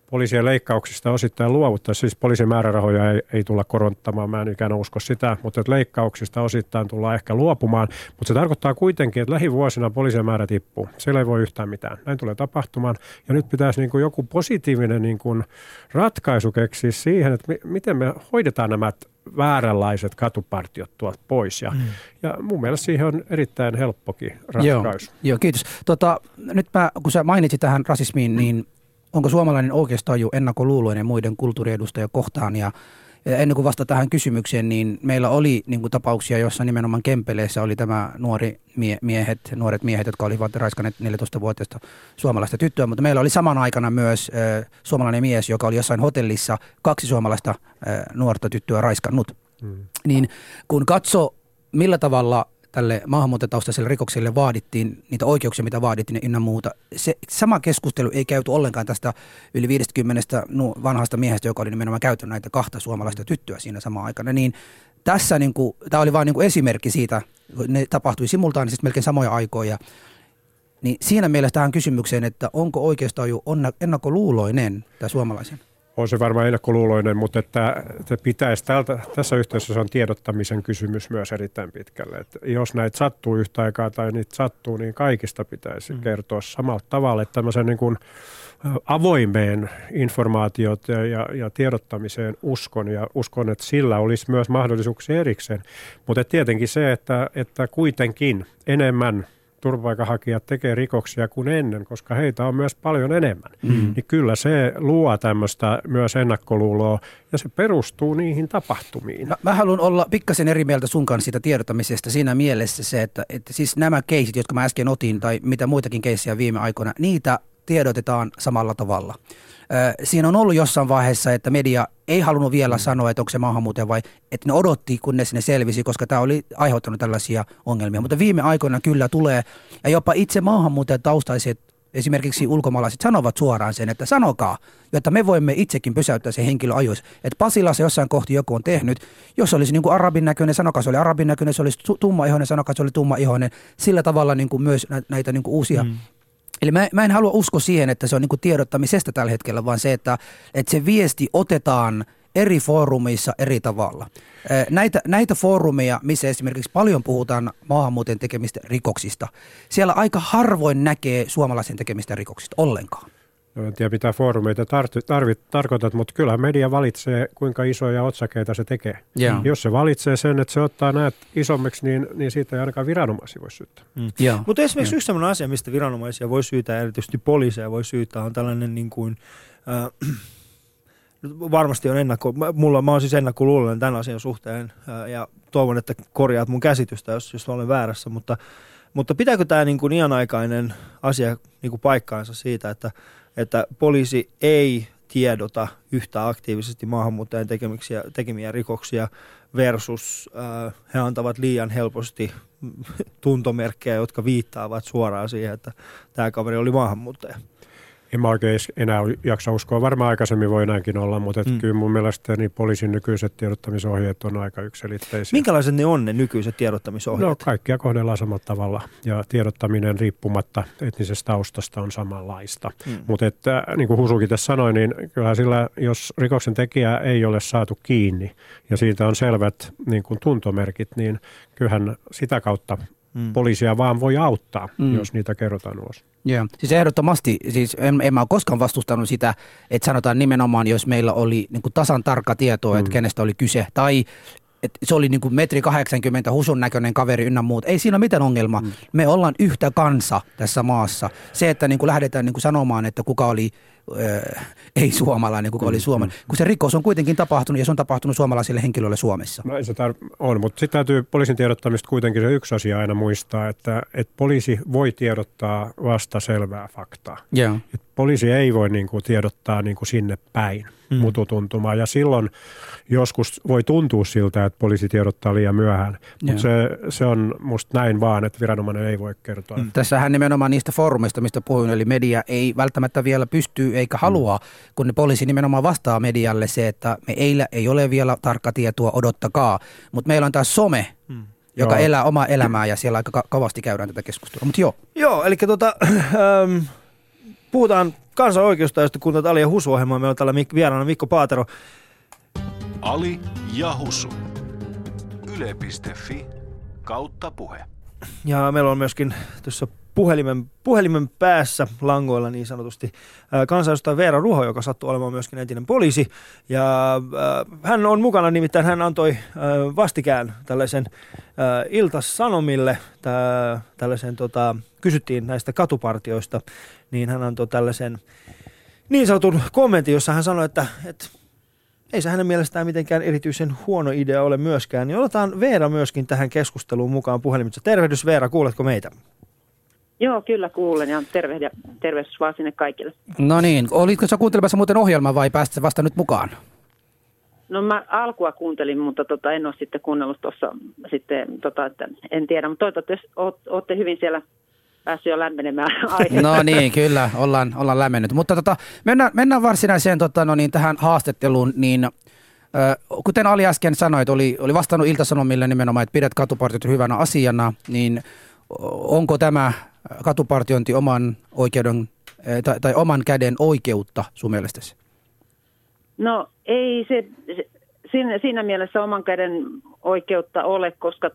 poliisien leikkauksista osittain luovuttaisiin. Siis poliisin määrärahoja ei tulla korottamaan, mä en ikään usko sitä, mutta että leikkauksista osittain tullaan ehkä luopumaan. Mutta se tarkoittaa kuitenkin, että lähivuosina poliisien määrä tippuu. Siellä ei voi yhtään mitään. Näin tulee tapahtumaan. Ja nyt pitäisi niin kuin joku positiivinen niin kuin ratkaisu keksiä siihen, että miten me hoidetaan nämä vääränlaiset katupartiot tuolta pois. Ja mun mielestä siihen on erittäin helppokin ratkaisu. Joo, kiitos. Nyt kun sä mainitsit tähän rasismiin, niin onko suomalainen oikeustaju ennakkoluuloinen muiden kulttuuriedustajia kohtaan? Ja ennen kuin vasta tähän kysymykseen, niin meillä oli niin kuin tapauksia, joissa nimenomaan Kempeleessä oli tämä nuoret miehet, jotka olivat raiskanneet 14-vuotiaista suomalaista tyttöä, mutta meillä oli saman aikana myös suomalainen mies, joka oli jossain hotellissa 2 suomalaista nuorta tyttöä raiskannut. Niin kun katsoo, millä tavalla tälle maahanmuuttajataustaiselle rikokselle vaadittiin niitä oikeuksia, mitä vaadittiin ynnä muuta. Se sama keskustelu ei käyty ollenkaan tästä yli 50 vanhasta miehestä, joka oli nimenomaan käytänyt näitä 2 suomalaista tyttöä siinä samaan aikana. Niin tässä tämä oli vain esimerkki siitä, ne tapahtui simultaanisesti melkein samoja aikoja. Niin siinä mielessä tähän kysymykseen, että onko oikeustaju ennakkoluuloinen tämä suomalaisen? On se varmaan ennakkoluuloinen, mutta että pitäisi tässä yhteydessä se on tiedottamisen kysymys myös erittäin pitkälle. Että jos näitä sattuu yhtä aikaa tai niitä sattuu, niin kaikista pitäisi kertoa samalla tavalla. Että tämmöisen niin kuin avoimeen informaatiot ja tiedottamiseen uskon, että sillä olisi myös mahdollisuuksia erikseen. Mutta tietenkin se, että kuitenkin enemmän turvapaikanhakijat tekee rikoksia kuin ennen, koska heitä on myös paljon enemmän. Niin kyllä se luo tämmöistä myös ennakkoluuloa ja se perustuu niihin tapahtumiin. Mä haluan olla pikkasen eri mieltä sun kanssa siitä tiedottamisesta siinä mielessä se, että siis nämä keisit, jotka mä äsken otin tai mitä muitakin keissejä viime aikoina, niitä tiedotetaan samalla tavalla. Siinä on ollut jossain vaiheessa, että media ei halunnut vielä sanoa, että onko se maahanmuuttaja vai että ne odotti, kunnes ne selvisi, koska tämä oli aiheuttanut tällaisia ongelmia. Mutta viime aikoina kyllä tulee, ja jopa itse maahanmuuttajataustaiset, esimerkiksi ulkomaalaiset, sanovat suoraan sen, että sanokaa, jotta me voimme itsekin pysäyttää sen henkilö ajoissa. Että Pasilassa jossain kohti joku on tehnyt, jos olisi niin kuin arabin näköinen, sanokaa se oli arabin näköinen, se olisi tummaihoinen, sanokaa se oli tummaihoinen, sillä tavalla niin kuin myös näitä niin kuin uusia. Eli mä en halua uskoa siihen, että se on niin kuin tiedottamisesta tällä hetkellä, vaan se, että se viesti otetaan eri foorumeissa eri tavalla. Näitä foorumeja, missä esimerkiksi paljon puhutaan maahanmuuton tekemistä rikoksista, siellä aika harvoin näkee suomalaisen tekemistä rikoksista ollenkaan. No, en tiedä, mitä foorumeita tarkoitat, mutta kyllä media valitsee, kuinka isoja otsakeita se tekee. Yeah. Jos se valitsee sen, että se ottaa näet isommiksi, niin siitä ei ainakaan viranomaisia voi syyttää. Mutta esimerkiksi yksi sellainen asia, mistä viranomaisia voi syyttää, erityisesti poliiseja voi syyttää, on tällainen niin kuin, varmasti on mä oon siis ennakkoluuloinen tämän asian suhteen ja toivon, että korjaat mun käsitystä, jos olen väärässä, mutta pitääkö tämä niin kuin ianaikainen asia niin kuin paikkaansa siitä, että poliisi ei tiedota yhtä aktiivisesti maahanmuuttajien tekemiä rikoksia versus he antavat liian helposti tuntomerkkejä, jotka viittaavat suoraan siihen, että tämä kaveri oli maahanmuuttaja. En mä oikein enää jaksa uskoa. Varmaan aikaisemmin voi näinkin olla, mutta kyllä mun mielestä niin poliisin nykyiset tiedottamisohjeet on aika yksiselitteisiä. Minkälaiset ne on ne nykyiset tiedottamisohjeet? No kaikkia kohdellaan samalla tavalla ja tiedottaminen riippumatta etnisestä taustasta on samanlaista. Mutta että niin kuin Husukin tässä sanoi, niin kyllähän sillä, jos rikoksen tekijä ei ole saatu kiinni ja siitä on selvät niin kuin tuntomerkit, niin kyllähän sitä kautta poliisia vaan voi auttaa, jos niitä kerrotaan ulos. Joo, siis ehdottomasti, siis en mä ole koskaan vastustanut sitä, että sanotaan nimenomaan, jos meillä oli niin kuin tasan tarkka tietoa, että kenestä oli kyse, tai että se oli niin kuin 1,80 m Husun näköinen kaveri ynnä muut. Ei siinä ole mitään ongelmaa. Me ollaan yhtä kansa tässä maassa. Se, että niin kuin lähdetään niin kuin sanomaan, että kuka oli ei suomalainen, kuka oli suomalainen. Kun se rikos on kuitenkin tapahtunut ja se on tapahtunut suomalaisille henkilöille Suomessa. No se on, mutta sitten täytyy poliisin tiedottamista kuitenkin se yksi asia aina muistaa, että poliisi voi tiedottaa vasta selvää faktaa. Yeah. Poliisi ei voi niin kuin tiedottaa niin kuin sinne päin mututuntumaan ja silloin joskus voi tuntua siltä, että poliisi tiedottaa liian myöhään, mutta se on musta näin vaan, että viranomainen ei voi kertoa. Tässähän nimenomaan niistä foorumeista, mistä puhuin, eli media ei välttämättä vielä pysty eikä halua, kun ne poliisi nimenomaan vastaa medialle se, että meillä ei ole vielä tarkka tietoa, odottakaa, mutta meillä on taas some, joka elää omaa elämää ja siellä aika kovasti käydään tätä keskustelua, mutta joo. Joo, eli puhutaan kansan oikeustajusta, kun tätä Ali ja Husu-ohjelmaa. Meillä on täällä vieraana Mikko Paatero. Ali ja Husu. Yle.fi/puhe. Ja meillä on myöskin tuossa puhelimen päässä langoilla niin sanotusti kansanedustaja Veera Ruho, joka sattuu olemaan myöskin entinen poliisi. Ja hän on mukana, nimittäin hän antoi vastikään tällaisen Ilta-Sanomille, tällaisen kysyttiin näistä katupartioista, niin hän antoi tällaisen niin sanotun kommentin, jossa hän sanoi, että ei se hänen mielestään mitenkään erityisen huono idea ole myöskään. Niin otetaan Veera myöskin tähän keskusteluun mukaan puhelimitse. Tervehdys Veera, kuuletko meitä? Joo, kyllä kuulen ja tervehdys vaan sinne kaikille. No niin, olitko sä kuuntelemassa muuten ohjelmaa vai pääsit vasta nyt mukaan? No mä alkua kuuntelin, mutta en ole sitten kuunnellut tuossa sitten, että en tiedä, mutta toivottavasti olette hyvin siellä päässyt jo lämmenemään aiheesta. No niin, kyllä, ollaan lämmennyt. Mutta mennään varsinaiseen tähän haastatteluun, niin kuten Ali äsken sanoi, että oli vastannut Ilta-Sanomille nimenomaan, että pidät katupartiot hyvänä asiana, niin onko tämä katupartiointi oman oikeuden tai oman käden oikeutta sun mielestäsi? No ei se siinä mielessä oman käden oikeutta ole, koska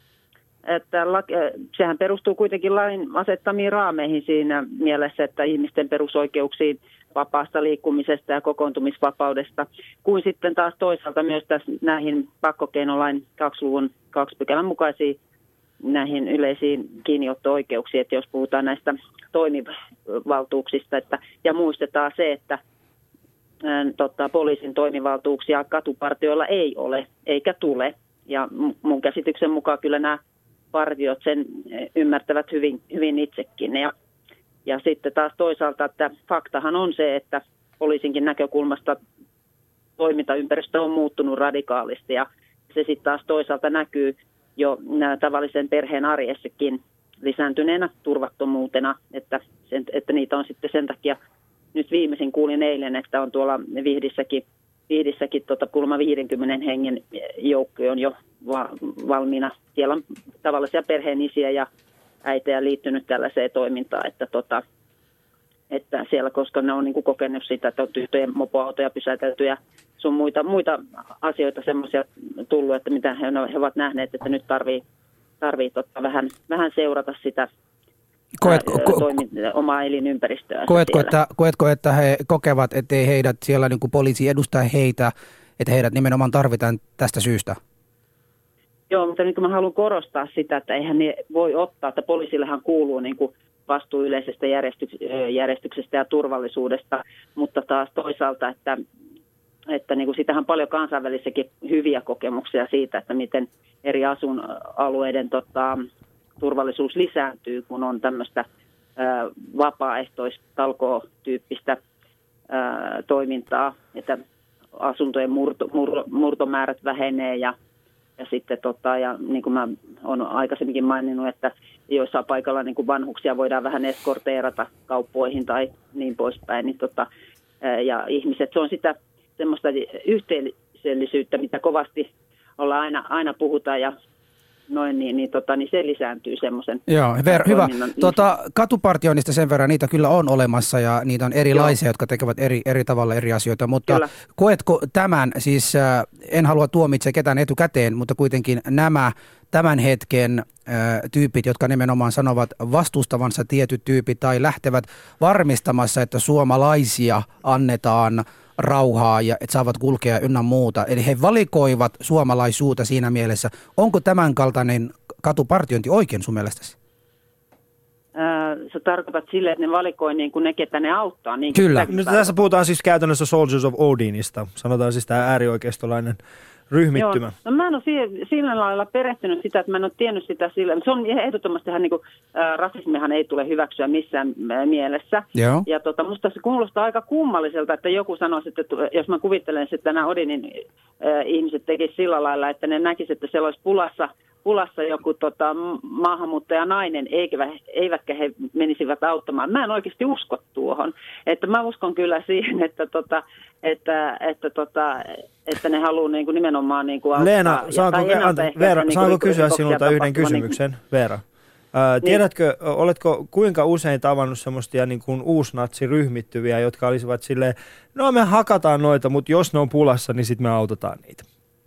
sehän perustuu kuitenkin lain asettamiin raameihin siinä mielessä, että ihmisten perusoikeuksiin vapaasta liikkumisesta ja kokoontumisvapaudesta, kuin sitten taas toisaalta myös tässä näihin pakkokeinolain 2 luvun 2 pykälän mukaisiin näihin yleisiin kiinniotto-oikeuksiin, että jos puhutaan näistä toimivaltuuksista, ja muistetaan se, että poliisin toimivaltuuksia katupartioilla ei ole eikä tule, ja mun käsityksen mukaan kyllä nämä partiot sen ymmärtävät hyvin, hyvin itsekin, ja sitten taas toisaalta, että faktahan on se, että poliisinkin näkökulmasta toimintaympäristö on muuttunut radikaalisti, ja se sitten taas toisaalta näkyy jo tavallisen perheen arjessakin lisääntyneenä turvattomuutena, että niitä on sitten sen takia, nyt viimeisin kuulin eilen, että on tuolla Vihdissäkin kuulemma 50 hengen joukko on jo valmiina. Siellä on tavallisia perheenisiä ja äitejä liittynyt tällaiseen toimintaan, että siellä, koska ne on niin kuin kokenut sitä, että on tyttöjen mopoautoja pysäytelty ja sun muita asioita semmoisia tullut, että mitä he ovat nähneet, että nyt tarvii vähän seurata sitä omaa elinympäristöä. Koetko, että he kokevat, ettei heidät siellä niin kuin poliisi edustaa heitä, että heidät nimenomaan tarvitaan tästä syystä? Joo, mutta nyt mä haluan korostaa sitä, että eihän ne voi ottaa, että poliisillehan kuuluu niin kuin vastuu yleisestä järjestyksestä ja turvallisuudesta, mutta taas toisaalta, että niin kuin sitähän on paljon kansainvälissäkin hyviä kokemuksia siitä, että miten eri asuinalueiden turvallisuus lisääntyy, kun on tämmöistä vapaaehtoistalkoo-tyyppistä toimintaa, että asuntojen murtomäärät vähenee ja sitten ja niin kuin mä olen aikaisemminkin maininnut, että joissain paikalla niin kuin vanhuksia voidaan vähän eskorteerata kauppoihin tai niin poispäin, niin ja ihmiset, se on sitä semmoista yhteisöllisyyttä, mitä kovasti aina puhutaan ja noin, niin se lisääntyy semmoisen. Joo, hyvä. Katupartioinnista sen verran, niitä kyllä on olemassa ja niitä on erilaisia, jotka tekevät eri tavalla eri asioita, mutta kyllä. Koetko tämän, siis en halua tuomitse ketään etukäteen, mutta kuitenkin nämä tämän hetken tyypit, jotka nimenomaan sanovat vastustavansa tietyt tyypit tai lähtevät varmistamassa, että suomalaisia annetaan rauhaa ja että saavat kulkea ynnä muuta. Eli he valikoivat suomalaisuutta siinä mielessä. Onko tämän kaltainen katupartiointi oikein sun mielestäsi? Sä tarkoitat sille, että ne valikoi niin kuin ne, ketä ne auttaa. Niin kyllä. Tässä puhutaan siis käytännössä Soldiers of Odinista. Sanotaan siis tämä äärioikeistolainen ryhmittymä. Joo. No mä en ole sillä lailla perehtynyt sitä, että mä en ole tiennyt sitä sillä. Se on ehdottomasti niin kuin, rasismihan ei tule hyväksyä missään mielessä. Joo. Ja musta se kuulostaa aika kummalliselta, että joku sanoisi, että jos mä kuvittelen, että nämä Odinin ihmiset tekisivät sillä lailla, että ne näkisivät, että siellä olisi pulassa joku maahanmuuttajanainen, eivätkä he menisivät auttamaan. Mä en oikeasti usko tuohon. Että mä uskon kyllä siihen, että ne haluaa niin kuin nimenomaan niin kuin auttaa. Leena, saanko kysyä sinulta yhden kysymyksen, Veera? Tiedätkö, oletko kuinka usein tavannut semmoisia niin kuin uusnatsiryhmittyviä, jotka olisivat silleen, no me hakataan noita, mutta jos ne on pulassa, niin sitten me autetaan niitä.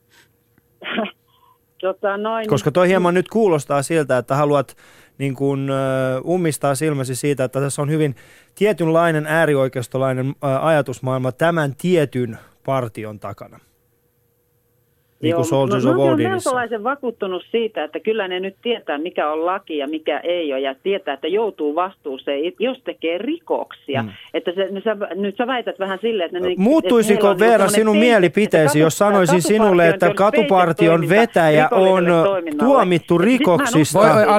Koska toi hieman nyt kuulostaa siltä, että haluat niin kuin, ummistaa silmäsi siitä, että tässä on hyvin tietynlainen äärioikeistolainen ajatusmaailma tämän tietyn partion takana. Niin kuin Soldiers of Odinissa. Mä olen melkoisen vakuuttunut siitä, että kyllä ne nyt tietää, mikä on laki ja mikä ei ole, ja tietää, että joutuu vastuuseen, jos tekee rikoksia. Että nyt sä väität vähän silleen, että... Muuttuisiko Veera sinun mielipiteesi, jos sanoisin sinulle, että katupartion vetäjä on tuomittu rikoksista?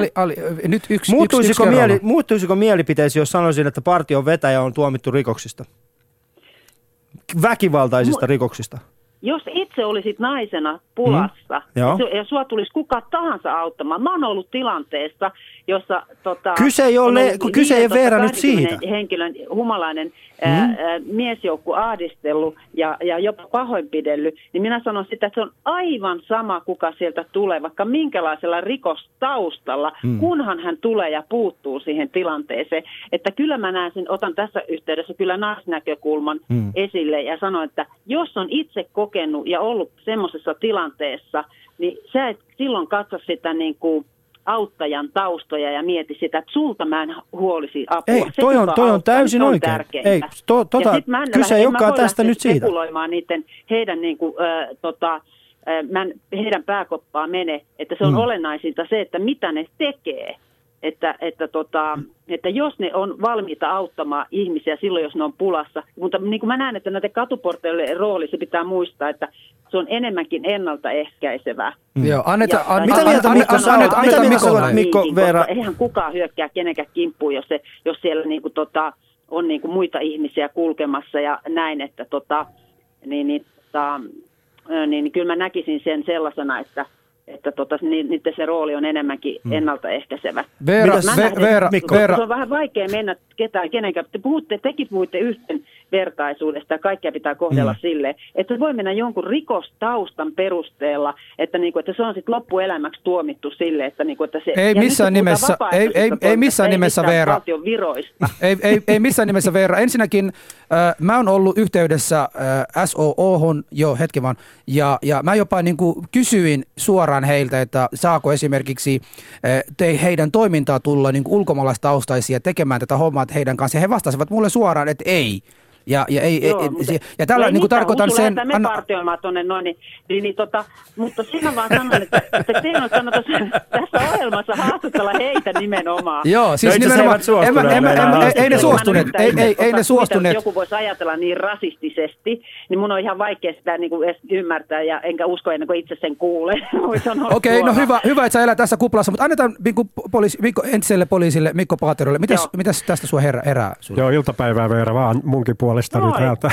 Muuttuisiko mielipiteesi, jos sanoisin, että partion vetäjä on tuomittu rikoksista? Väkivaltaisista rikoksista? Jos itse olisit naisena pulassa ja sua tulisi kuka tahansa auttamaan. Mä oon ollut tilanteessa, jossa kyse ei Veera nyt siitä. Henkilön humalainen miesjoukku ahdistellut ja jopa pahoinpidellyt, niin minä sanon sitä, että se on aivan sama, kuka sieltä tulee, vaikka minkälaisella rikostaustalla, kunhan hän tulee ja puuttuu siihen tilanteeseen. Että kyllä mä näen sen, otan tässä yhteydessä kyllä naisnäkökulman esille ja sanon, että jos on itse kokenut ja ollut semmoisessa tilanteessa, niin sä et silloin katso sitä niin kuin auttajan taustoja ja mieti sitä, että sulta mä en huolisi apua. Ei, toi on täysin oikein. Ei, kyse ei olekaan tästä nyt siitä. Spekuloimaan heidän, niin kuin, heidän pääkoppaa mene, että se on olennaisinta se, että mitä ne tekee. Että jos ne on valmiita auttamaan ihmisiä silloin, jos ne on pulassa. Mutta niin kuin mä näen, että näiden katuporteille rooli, se pitää muistaa, että se on enemmänkin ennaltaehkäisevää. Joo, mitä mieltä Mikko Veera? Eihän kukaan hyökkää kenenkään kimppuun, jos siellä niin kuin, on niin kuin muita ihmisiä kulkemassa ja näin, että niin kyllä mä näkisin sen sellaisena, että niiden se rooli on enemmänkin ennaltaehkäisevä. Veera, se on vähän vaikea mennä kenenkään. Tekin puhuitte yhdenvertaisuudesta ja kaikkea pitää kohdella silleen, että se voi mennä jonkun rikostaustan perusteella, että se on sitten loppuelämäksi tuomittu silleen, että se... Ei missään nimessä Veera. Ei missään nimessä Veera. Ensinnäkin mä oon ollut yhteydessä SOO:hon jo hetken vaan, ja mä jopa niin kuin kysyin suoraan heiltä, että saako esimerkiksi heidän toimintaa tulla niin kuin ulkomaalaistaustaisia tekemään tätä hommaa heidän kanssa. Ja he vastasivat mulle suoraan, että ei. Ja tällä niin kuin tarkoitan sen... Me partioimaan tuonne noin, mutta siinä vaan sanon, että teidän on kannata tässä ohjelmassa haastatella heitä nimenomaan. Joo, siis nimenomaan. Ei ne suostuneet. Ei ne suostuneet. Jos joku voisi ajatella niin rasistisesti, niin mun on ihan vaikea sitä niin kuin edes ymmärtää, ja enkä usko ennen kuin itse sen kuulee. Okei, no hyvä, että sä elät tässä kuplassa, mutta annetaan entiselle poliisille Mikko Paaterolle. Mitäs tästä sua herää? Joo, iltapäivää Veera vaan munkin puolesta nyt täältä.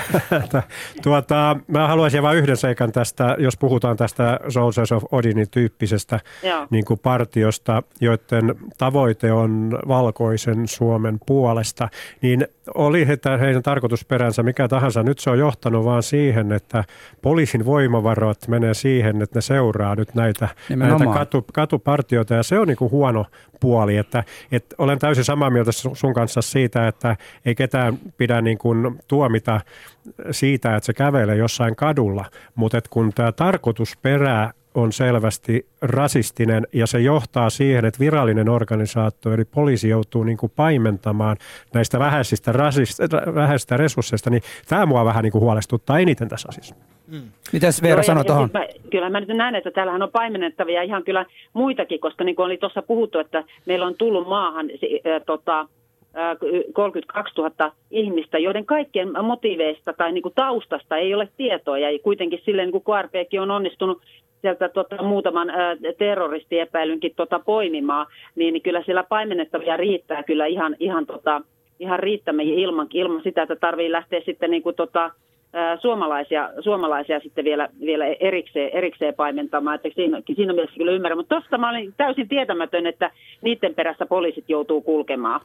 Mä haluaisin vain yhden seikan tästä, jos puhutaan tästä Soldiers of Odinin tyyppisestä niin kuin partiosta, joiden tavoite on valkoisen Suomen puolesta, niin oli heidän tarkoitusperänsä mikä tahansa. Nyt se on johtanut vaan siihen, että poliisin voimavarat menee siihen, että ne seuraa nyt näitä katupartioita, ja se on niin kuin huono puoli, että olen täysin samaa mieltä sun kanssa siitä, että ei ketään pidä niin kuin tuomita siitä, että se kävelee jossain kadulla, mutta kun tämä tarkoitusperä on selvästi rasistinen ja se johtaa siihen, että virallinen organisaatio eli poliisi joutuu niin kuin paimentamaan näistä vähäisistä resursseista, niin tämä mua vähän niin kuin huolestuttaa eniten tässä asiassa. Mitäs Veera sanoi tuohon? Kyllä mä nyt näen, että täällähän on paimennettavia ihan kyllä muitakin, koska niin kuin oli tuossa puhuttu, että meillä on tullut maahan 32 000 ihmistä, joiden kaikkien motiiveista tai niin kuin taustasta ei ole tietoa, ja kuitenkin silleen niin kuin KRPkin on onnistunut sieltä muutaman terroristiepäilynkin poimimaan, niin kyllä siellä paimennettavia riittää kyllä ihan riittämällä ilman sitä, että tarvii lähteä sitten niin kuin suomalaisia sitten vielä erikseen paimentamaan, että siinä mielessä kyllä ymmärrän. Mutta tuosta mä olin täysin tietämätön, että niiden perässä poliisit joutuu kulkemaan.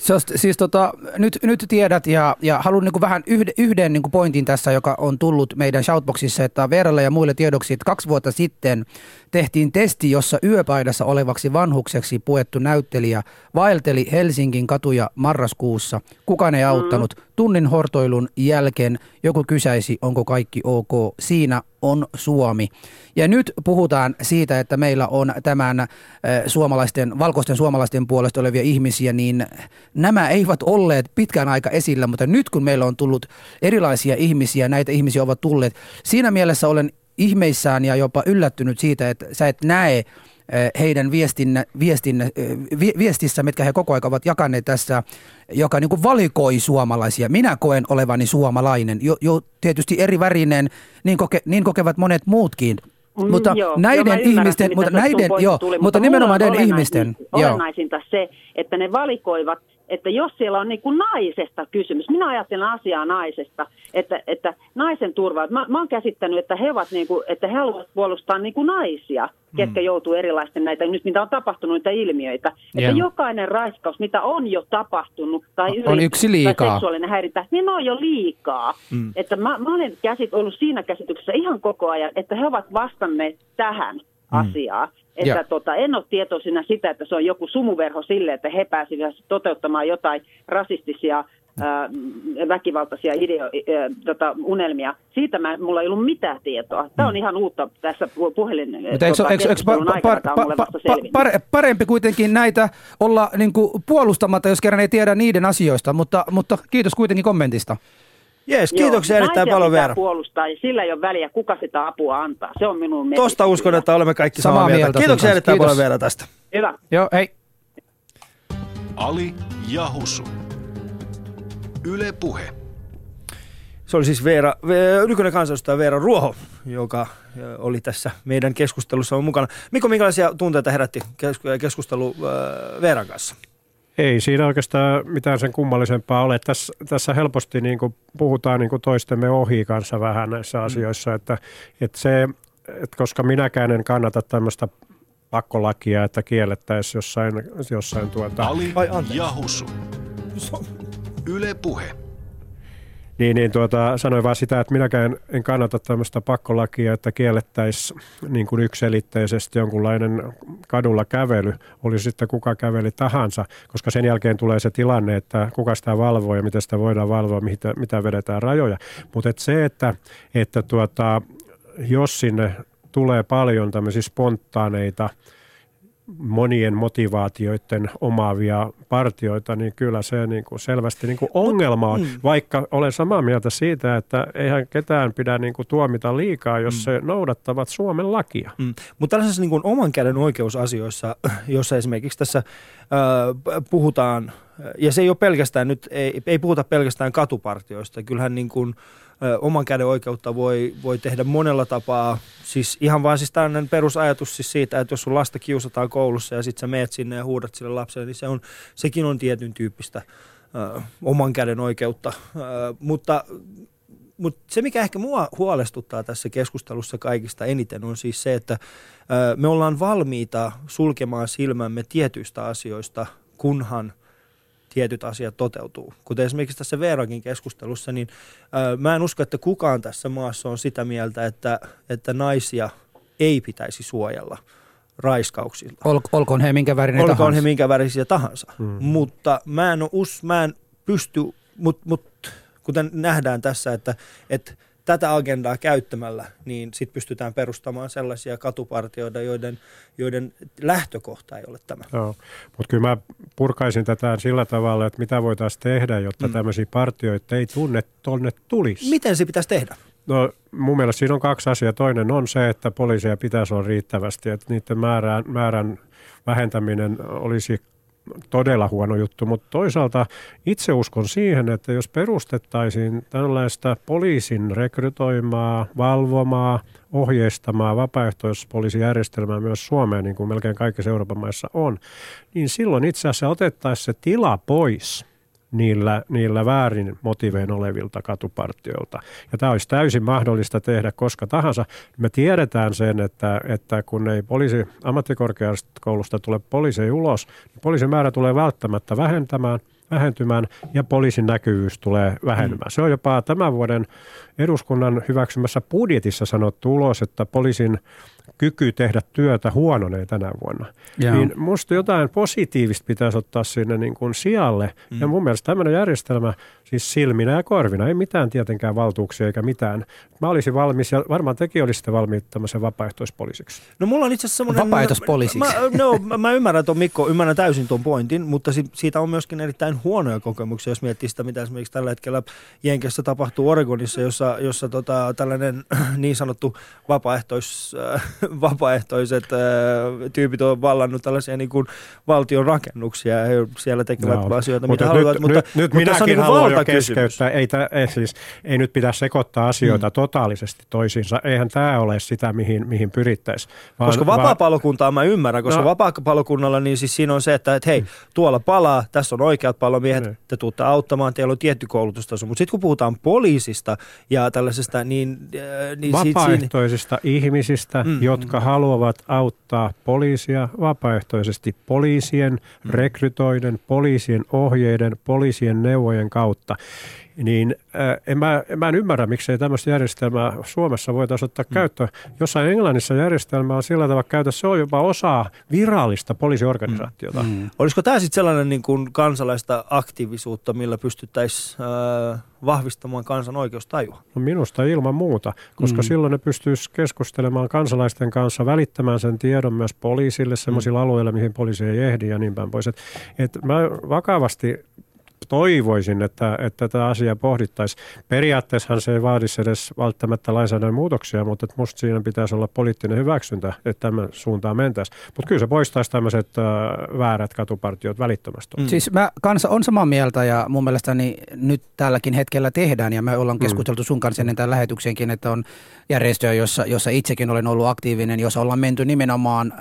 Nyt tiedät ja haluan niin kuin vähän yhden niin kuin pointin tässä, joka on tullut meidän shoutboxissa, että Veeralle ja muille tiedoksi, että 2 vuotta sitten tehtiin testi, jossa yöpaidassa olevaksi vanhukseksi puettu näyttelijä vaelteli Helsingin katuja marraskuussa. Kukaan ei auttanut. Tunnin hortoilun jälkeen joku kysäisi, onko kaikki ok. Siinä on Suomi. Ja nyt puhutaan siitä, että meillä on tämän valkoisten suomalaisten puolesta olevia ihmisiä, niin nämä eivät olleet pitkään aika esillä, mutta nyt kun meillä on tullut erilaisia ihmisissä, näitä ihmisiä ovat tulleet. Siinä olen ihmeissään ja jopa yllättynyt siitä, että sä et näe heidän viestissä, mitkä he koko ajan ovat jakaneet tässä, joka niin kuin valikoi suomalaisia. Minä koen olevani suomalainen, jo tietysti eri värinen, niin kokevat monet muutkin. Mutta näiden ihmisten, mutta nimenomaan näiden ihmisten. Olennaisinta se, että ne valikoivat, että jos siellä on niin kuin naisesta kysymys, minä ajattelen asiaa naisesta, että naisen turva, mä oon käsittänyt, että he ovat niin kuin, että he haluavat puolustaa niin kuin naisia, ketkä joutuu erilaisten näitä, nyt mitä on tapahtunut, niitä ilmiöitä, että jokainen raiskaus, mitä on jo tapahtunut, tai on yksi liikaa. Tai seksuaalinen häirintä, niin ne on jo liikaa. Että mä olen ollut siinä käsityksessä ihan koko ajan, että he ovat vastanneet tähän asiaan. Että en ole tietoisena sitä, että se on joku sumuverho sille, että he pääsivät toteuttamaan jotain rasistisia, väkivaltaisia unelmia. Siitä mulla ei ollut mitään tietoa. Tämä on ihan uutta tässä keskustelun aikana. Tämä on mulle vasta selvinnyt. Parempi kuitenkin näitä olla niin kuin puolustamatta, jos kerran ei tiedä niiden asioista, mutta kiitos kuitenkin kommentista. Jees, kiitoksia erittäin paljon, Veera. Puolustaa, ja sillä ei ole väliä, kuka sitä apua antaa. Se on minun mielestä. Tosta uskon, että olemme kaikki samaa mieltä. Kiitoksia erittäin paljon, Veera, tästä. Hyvä. Joo, hei. Ali ja Husu. Yle Puhe. Se oli siis nykyinen kansanedustaja Veera Ruoho, joka oli tässä meidän keskustelussa mukana. Mikko, minkälaisia tunteita herätti keskustelu Veeran kanssa? Ei siinä oikeastaan mitään sen kummallisempaa ole. Tässä helposti niin kuin puhutaan niin kuin toistemme ohi kanssa vähän näissä asioissa, että koska minäkään en kannata tämmöistä pakkolakia, että kiellettäisiin jossain Ali ja Husu. Yle Puhe. Sanoin vaan sitä, että minäkään en kannata tämmöistä pakkolakia, että kiellettäisiin niin kuin yksiselitteisesti jonkunlainen kadulla kävely, oli sitten kuka käveli tahansa, koska sen jälkeen tulee se tilanne, että kuka sitä valvoo ja miten sitä voidaan valvoa, mitä vedetään rajoja. Mutta että jos sinne tulee paljon tämmöisiä spontaaneita, monien motivaatioiden omaavia partioita, niin kyllä se niin kuin selvästi niin kuin ongelma on, vaikka olen samaa mieltä siitä, että eihän ketään pidä niin kuin tuomita liikaa, jos se noudattavat Suomen lakia. Mutta tällaisessa niin kuin oman käden oikeusasioissa, jossa esimerkiksi tässä puhutaan, ja se ei ole pelkästään nyt, ei puhuta pelkästään katupartioista, kyllähän niin kuin oman käden oikeutta voi tehdä monella tapaa. Siis ihan vaan siis tällainen perusajatus siis siitä, että jos sun lasta kiusataan koulussa ja sitten sä meet sinne ja huudat sille lapselle, niin sekin on tietyn tyyppistä oman käden oikeutta. Mutta se, mikä ehkä mua huolestuttaa tässä keskustelussa kaikista eniten, on siis se, että me ollaan valmiita sulkemaan silmämme tietyistä asioista, kunhan tietyt asiat toteutuu. Kuten esimerkiksi tässä Veerankin keskustelussa, niin mä en usko, että kukaan tässä maassa on sitä mieltä, että naisia ei pitäisi suojella raiskauksilta. Olkoon he minkä värinen tahansa. Olkoon he minkä värisiä tahansa. Mutta mä en pysty, mutta kuten nähdään tässä, että tätä agendaa käyttämällä, niin sitten pystytään perustamaan sellaisia katupartioita, joiden lähtökohta ei ole tämä. Joo, mutta kyllä mä purkaisin tätä sillä tavalla, että mitä voitaisiin tehdä, jotta tämmöisiä partioita ei tuonne tulisi. Miten se pitäisi tehdä? No mun mielestä siinä on 2 asiaa. Toinen on se, että poliiseja pitäisi olla riittävästi, että niiden määrän vähentäminen olisi todella huono juttu, mutta toisaalta itse uskon siihen, että jos perustettaisiin tällaista poliisin rekrytoimaa, valvomaa, ohjeistamaa vapaaehtoispoliisijärjestelmää myös Suomeen, niin kuin melkein kaikissa Euroopan maissa on, niin silloin itse asiassa otettaisiin se tila pois niillä väärin motivein olevilta katupartioilta. Ja tämä olisi täysin mahdollista tehdä koska tahansa. Me tiedetään sen, että kun ei ammattikorkeakoulusta tule poliiseja ulos, niin poliisin määrä tulee välttämättä vähentymään ja poliisin näkyvyys tulee vähenemään. Se on jopa tämän vuoden eduskunnan hyväksymässä budjetissa sanottu ulos, että poliisin kyky tehdä työtä huononee tänä vuonna. Joo. Niin musta jotain positiivista pitäisi ottaa sinne niin kuin sijalle. Ja mun mielestä tämmöinen järjestelmä, siis silminä ja korvina, ei mitään tietenkään valtuuksia eikä mitään. Mä olisin valmis, ja varmaan tekin olisitte valmiit tämmöisen vapaaehtoispoliisiksi. No mulla on itse asiassa semmoinen... Vapaaehtoispoliisiksi. Mä ymmärrän tuon Mikko, ymmärrän täysin tuon pointin, mutta siitä on myöskin erittäin huonoja kokemuksia, jos miettii sitä, mitä esimerkiksi tällä hetkellä Jenkessä tapahtuu Oregonissa, jossa tällainen niin sanottu vapaaehtoiset tyypit on vallannut tällaisia niin kuin valtion rakennuksia ja he siellä tekevät asioita, mitä haluavat. Nyt minäkin haluan jo keskeyttää. Ei nyt pidä sekoittaa asioita totaalisesti toisiinsa. Eihän tämä ole sitä, mihin pyrittäisiin. Koska vapaapalokuntaa mä ymmärrän, koska vapaapalokunnalla niin siis siinä on se, että hei, tuolla palaa, tässä on oikeat palomiehet, te tuutte auttamaan, teillä on tietty koulutustaso. Mutta sitten kun puhutaan poliisista ja tällaisesta, niin vapaaehtoisista ihmisistä, jotka haluavat auttaa poliisia vapaaehtoisesti poliisien rekrytoiden, poliisien ohjeiden, poliisien neuvojen kautta. Niin mä en ymmärrä, miksei tämmöistä järjestelmää Suomessa voitaisiin ottaa käyttöön. Jossain Englannissa järjestelmä on sillä tavalla käytössä, se on jopa osa virallista poliisiorganisaatiota. Olisiko tämä sitten sellainen niin kuin kansalaista aktiivisuutta, millä pystyttäisiin vahvistamaan kansan oikeustajua? No minusta ilman muuta, koska silloin ne pystyisi keskustelemaan kansalaisten kanssa, välittämään sen tiedon myös poliisille semmoisilla alueilla, mihin poliisi ei ehdi ja niin päin pois. Et mä vakavasti toivoisin, että tätä asiaa pohdittaisiin. Periaatteessahan se ei vaadisi edes välttämättä lainsäädännön muutoksia, mutta musta siinä pitäisi olla poliittinen hyväksyntä, että tämän suuntaan mentäisiin. Mutta kyllä se poistaisi tämmöiset väärät katupartiot välittömästi. Siis mä kanssa on samaa mieltä ja mun mielestäni nyt tälläkin hetkellä tehdään ja me ollaan keskusteltu sun kanssa ennen tämän lähetykseenkin, että on järjestöjä, jossa itsekin olen ollut aktiivinen, jossa ollaan menty nimenomaan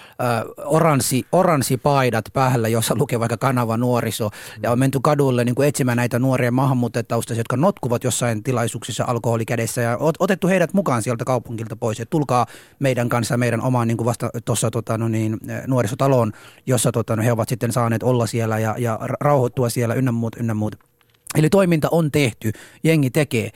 oranssi paidat päällä, jossa lukee vaikka kanava nuoriso ja on menty kadulle niin kuin etsimään näitä nuoria maahanmuuttajataustaisia, jotka notkuvat jossain tilaisuuksissa alkoholi kädessä ja otettu heidät mukaan sieltä kaupungilta pois. Ja tulkaa meidän kanssa meidän omaan niin kuin vasta tuossa nuorisotaloon, jossa he ovat sitten saaneet olla siellä ja rauhoittua siellä ynnä muut. Eli toiminta on tehty, jengi tekee.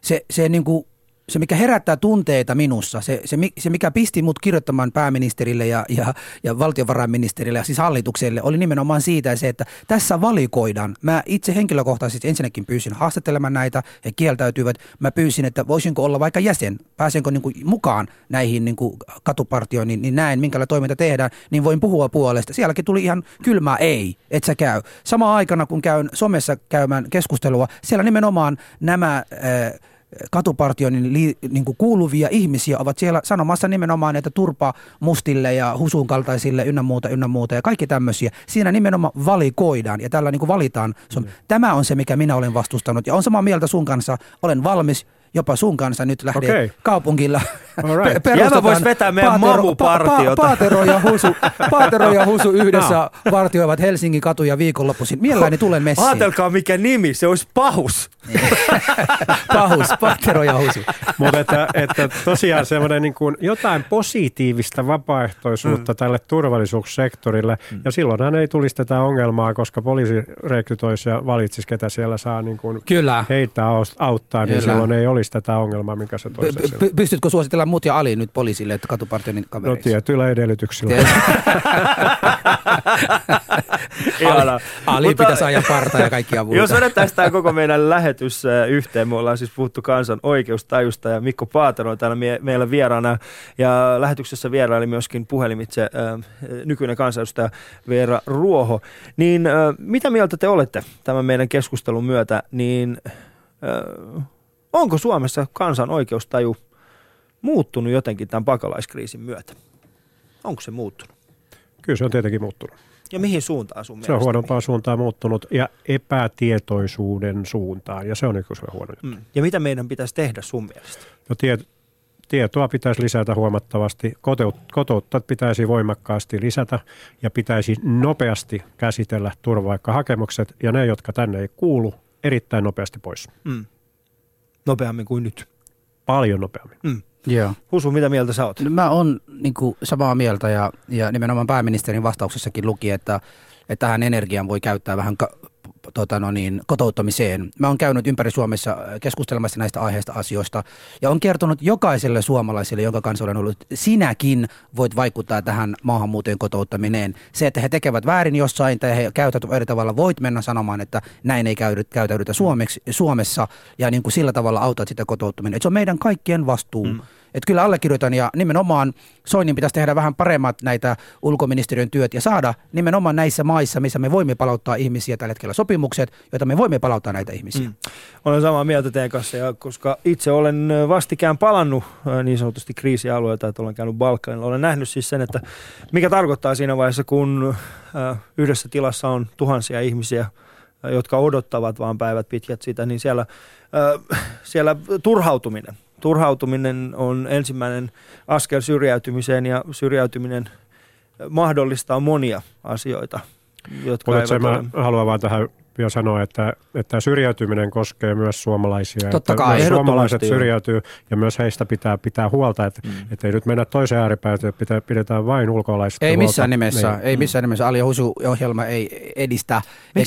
Se, mikä herättää tunteita minussa, se mikä pisti mut kirjoittamaan pääministerille ja valtiovarainministerille ja siis hallitukselle, oli nimenomaan siitä se, että tässä valikoidaan. Mä itse henkilökohtaisesti ensinnäkin pyysin haastattelemaan näitä, he kieltäytyivät. Mä pyysin, että voisinko olla vaikka jäsen, pääsenkö niin kuin mukaan näihin niin kuin katupartioihin, niin näen, minkälainen toiminta tehdään, niin voin puhua puolesta. Sielläkin tuli ihan kylmää ei, et sä käy. Samaan aikana, kun käyn somessa käymään keskustelua, siellä nimenomaan nämä katupartioon niin kuuluvia ihmisiä ovat siellä sanomassa nimenomaan, että turpa mustille ja husun kaltaisille ynnä muuta ja kaikki tämmöisiä. Siinä nimenomaan valikoidaan ja tällä niin kuin valitaan. Tämä on se, mikä minä olen vastustanut ja on samaa mieltä sun kanssa. Olen valmis jopa sun kanssa nyt lähden kaupungilla. Jävä vois vetää meidän mamupartiota. Paatero ja Husu yhdessä vartioivat Helsingin katuja viikonloppuisin. Mielelläni tulen messiin. Ajatelkaa mikä nimi, se olisi Pahus. Pahus, Paatero ja Husu. Mutta että tosiaan semmoinen niin kuin jotain positiivista vapaaehtoisuutta tälle turvallisuussektorille. Ja silloinhan ei tulisi tätä ongelmaa, koska poliisi rekrytoisi ja valitsisi, ketä siellä saa niin kuin heitä auttaa, niin silloin ei olisi tätä ongelmaa, mikä se toisi. Pystytkö suositella mut ja Ali nyt poliisille, että katupartionin kavereiksi? No tietyillä edellytyksillä. Ali pitäisi ajaa parta ja kaikkia muuta. Jos vedettäisiin tämä koko meidän lähetys yhteen, me ollaan siis puhuttu kansan oikeustajusta ja Mikko Paatero on täällä meillä vieraana ja lähetyksessä vieraili myöskin puhelimitse nykyinen kansanedustaja Veera Ruoho. Niin mitä mieltä te olette tämän meidän keskustelun myötä, niin onko Suomessa kansan oikeustaju muuttunut jotenkin tämän pakolaiskriisin myötä? Onko se muuttunut? Kyllä se on tietenkin muuttunut. Ja mihin suuntaan sun mielestä? Se on huonompaan suuntaan muuttunut ja epätietoisuuden suuntaan ja se on yksi huono juttu. Ja mitä meidän pitäisi tehdä sun mielestä? No tietoa pitäisi lisätä huomattavasti, kotoutta pitäisi voimakkaasti lisätä ja pitäisi nopeasti käsitellä turvapaikkahakemukset ja ne, jotka tänne ei kuulu, erittäin nopeasti pois. Nopeammin kuin nyt. Paljon nopeammin. Joo. Husu, mitä mieltä sä oot? No, mä oon niin kuin samaa mieltä ja nimenomaan pääministerin vastauksessakin luki, että tähän energian voi käyttää vähän kotouttamiseen. Mä oon käynyt ympäri Suomessa keskustelemassa näistä aiheista asioista ja on kertonut jokaiselle suomalaiselle, jonka kanssa olen ollut, sinäkin voit vaikuttaa tähän maahanmuuton kotouttaminen. Se, että he tekevät väärin jossain tai he käyttävät eri tavalla, voit mennä sanomaan, että näin ei käytäydytä Suomessa ja niin kuin sillä tavalla autat sitä kotouttaminen. Et se on meidän kaikkien vastuu. Että kyllä allekirjoitan ja nimenomaan Soinin pitäisi tehdä vähän paremmat näitä ulkoministeriön työt ja saada nimenomaan näissä maissa, missä me voimme palauttaa ihmisiä tällä hetkellä sopimukset, joita me voimme palauttaa näitä ihmisiä. Olen samaa mieltä teidän kanssa, ja koska itse olen vastikään palannut niin sanotusti kriisialueelta, että olen käynyt Balkanilla. Olen nähnyt siis sen, että mikä tarkoittaa siinä vaiheessa, kun yhdessä tilassa on tuhansia ihmisiä, jotka odottavat vaan päivät pitkät sitä, niin siellä Turhautuminen on ensimmäinen askel syrjäytymiseen ja syrjäytyminen mahdollistaa monia asioita, jotka Mä haluan vaan tähän vielä sanoa, että syrjäytyminen koskee myös suomalaisia. Totta kai. Myös suomalaiset syrjäytyy ja myös heistä pitää huolta, että ei nyt mennä toiseen ääripään, että pidetään vain ulkolaisista ei huolta. Missään nimessä, ei missään nimessä. Ali Husu-ohjelma ei edistä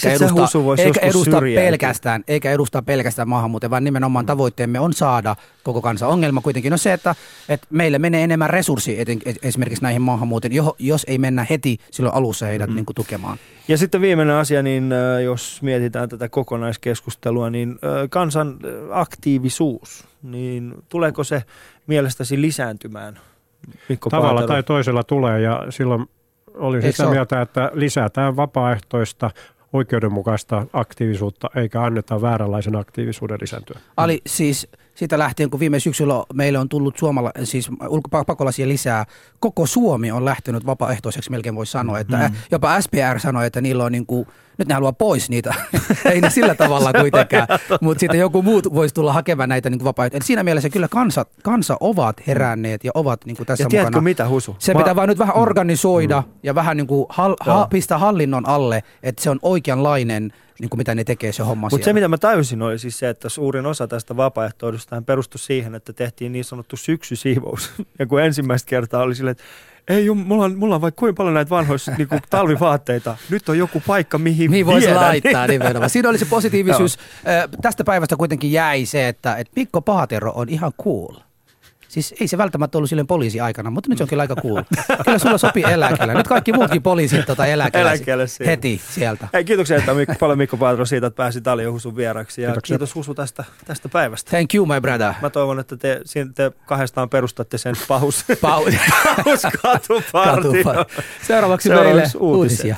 eikä edusta pelkästään maahanmuuton, vaan nimenomaan tavoitteemme on saada koko kansa. Ongelma kuitenkin on se, että meille menee enemmän resurssia esimerkiksi näihin maahanmuuton, jos ei mennä heti silloin alussa heidät niin kuin tukemaan. Ja sitten viimeinen asia, niin jos mietitään tätä kokonaiskeskustelua, niin kansan aktiivisuus, niin tuleeko se mielestäsi lisääntymään, Mikko Tavalla Paatero? tai toisella tulee ja silloin olin sitä mieltä, että lisätään vapaaehtoista oikeudenmukaista aktiivisuutta eikä anneta vääränlaisen aktiivisuuden lisääntyä. Ali, siis siitä lähtien, kun viime syksyllä meille on tullut ulkopakolaisia lisää, koko Suomi on lähtenyt vapaaehtoiseksi, melkein voisi sanoa, että jopa SPR sanoi, että niillä on nyt ne haluaa pois niitä, ei ne sillä tavalla kuitenkaan, mutta sitten joku muut voisi tulla hakemaan näitä vapaaehtoisia. Siinä mielessä kyllä kansa ovat heränneet ja ovat tässä ja tiedätkö mukana. mitä, Husu? Se pitää vaan nyt vähän organisoida ja vähän pistää hallinnon alle, että se on oikeanlainen, mitä ne tekee se homma. Mutta se, mitä mä tajusin, oli siis se, että suurin osa tästä vapaaehtoisuudesta perustui siihen, että tehtiin niin sanottu syksysiivous. Ja kun ensimmäistä kertaa oli silleen, että ei, mulla on vaikka kuinka paljon näitä vanhoja talvivaatteita. Nyt on joku paikka, mihin voisi laittaa nimenomaan. Siinä oli se positiivisuus. Tästä päivästä kuitenkin jäi se, että Mikko Paatero on ihan cool. Siis ei se välttämättä ollut silleen poliisi aikana, mutta nyt se on kyllä aika cool. Kyllä sulla sopii eläkkeelle. Nyt kaikki muutkin poliisit eläkkeelle heti sieltä. Hei, kiitoksia paljon Mikko Paatero siitä, että pääsit Ali Husun vieraksi. Ja kiitos Husu tästä päivästä. Thank you, my brother. Mä toivon, että te kahdestaan perustatte sen Paus Katupartion. Seuraavaksi meille uutisia.